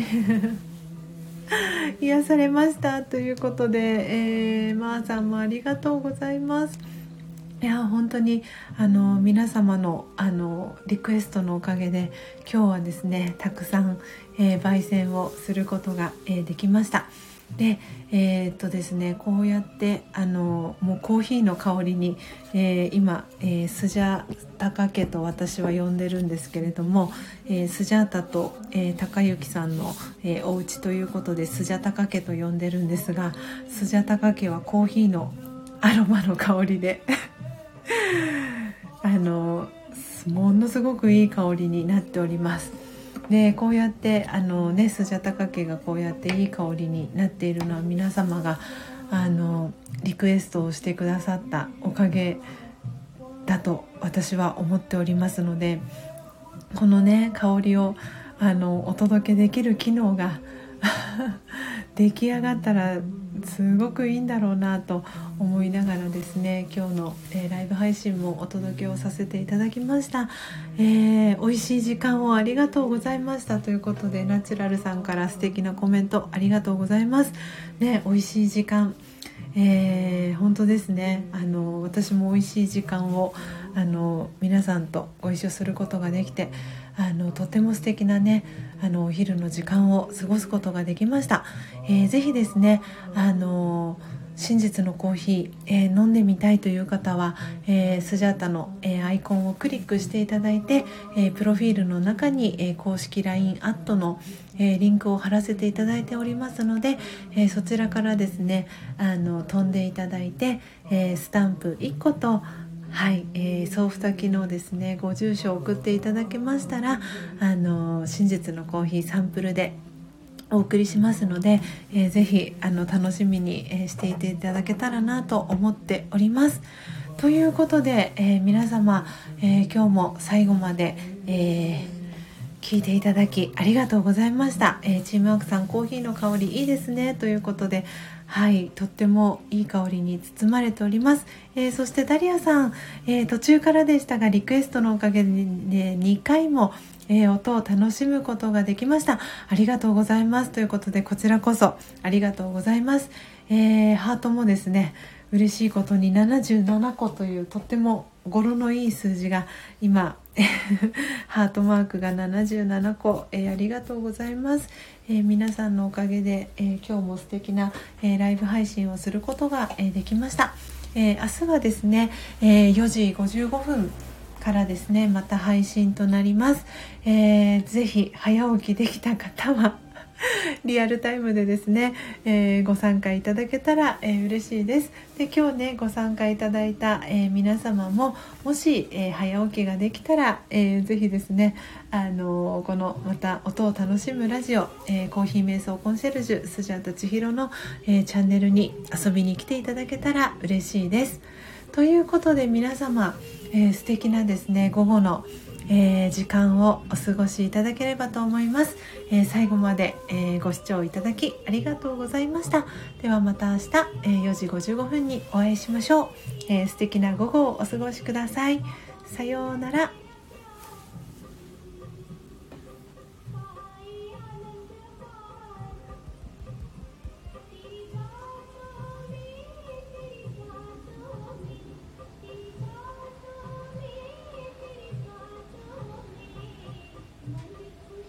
癒されましたということで、えー、マーさんもありがとうございます。いや本当にあの皆様のあのリクエストのおかげで今日はですねたくさん、えー、焙煎をすることが、えー、できました。で、えー、っとですねこうやってあのもうコーヒーの香りに、えー、今、えー、スジャタカ家と私は呼んでるんですけれども、えー、スジャータと、えー、高幸さんの、えー、お家ということでスジャタカ家と呼んでるんですが、スジャタカ家はコーヒーのアロマの香りであのものすごくいい香りになっております。でこうやってあの、ね、スジャタカ家がこうやっていい香りになっているのは皆様があのリクエストをしてくださったおかげだと私は思っておりますので、このね香りをあのお届けできる機能が出来上がったらすごくいいんだろうなと思いながらですね、今日の、えー、ライブ配信もお届けをさせていただきました。えー、美味しい時間をありがとうございましたということで、ナチュラルさんから素敵なコメントありがとうございます。ね、美味しい時間、えー、本当ですね。あの私も美味しい時間をあの皆さんとご一緒することができて、あのとても素敵なねあのお昼の時間を過ごすことができました。えー、ぜひですねあの真実のコーヒー、えー、飲んでみたいという方は、えー、スジャータの、えー、アイコンをクリックしていただいて、えー、プロフィールの中に、えー、公式 ライン アットの、えー、リンクを貼らせていただいておりますので、えー、そちらからですねあの飛んでいただいて、えー、スタンプいっことはい、えー、送付先のですねご住所を送っていただけましたら、あの真実のコーヒーサンプルでお送りしますので、えー、ぜひあの楽しみに、えー、していていただけたらなと思っております。ということで、えー、皆様、えー、今日も最後まで、えー、 聞いていただきありがとうございました。えー、チームワークさん、コーヒーの香りいいですねということで、はい、とってもいい香りに包まれております。えー、そしてダリアさん、えー、途中からでしたがリクエストのおかげで、ね、にかいも、えー、音を楽しむことができました。ありがとうございますということで、こちらこそありがとうございます。えー、ハートもですね、嬉しいことにななじゅうななこというとっても語呂のいい数字が今ハートマークがななじゅうななこ、えー、ありがとうございます。えー、皆さんのおかげで、えー、今日も素敵な、えー、ライブ配信をすることが、えー、できました。えー、明日はですね、えー、よじごじゅうごふんからですね、また配信となります。えー、ぜひ早起きできた方はリアルタイムでですね、えー、ご参加いただけたら、えー、嬉しいです。で、今日ねご参加いただいた、えー、皆様ももし、えー、早起きができたら、えー、ぜひですね、あのー、このまた音を楽しむラジオ、えー、コーヒー瞑想コンシェルジュスジャータ千尋の、えー、チャンネルに遊びに来ていただけたら嬉しいです。ということで皆様、えー、素敵なですね午後のえー、時間をお過ごしいただければと思います。えー、最後まで、えー、ご視聴いただきありがとうございました。ではまた明日、えー、よじごじゅうごふんにお会いしましょう。えー、素敵な午後をお過ごしください。さようなら。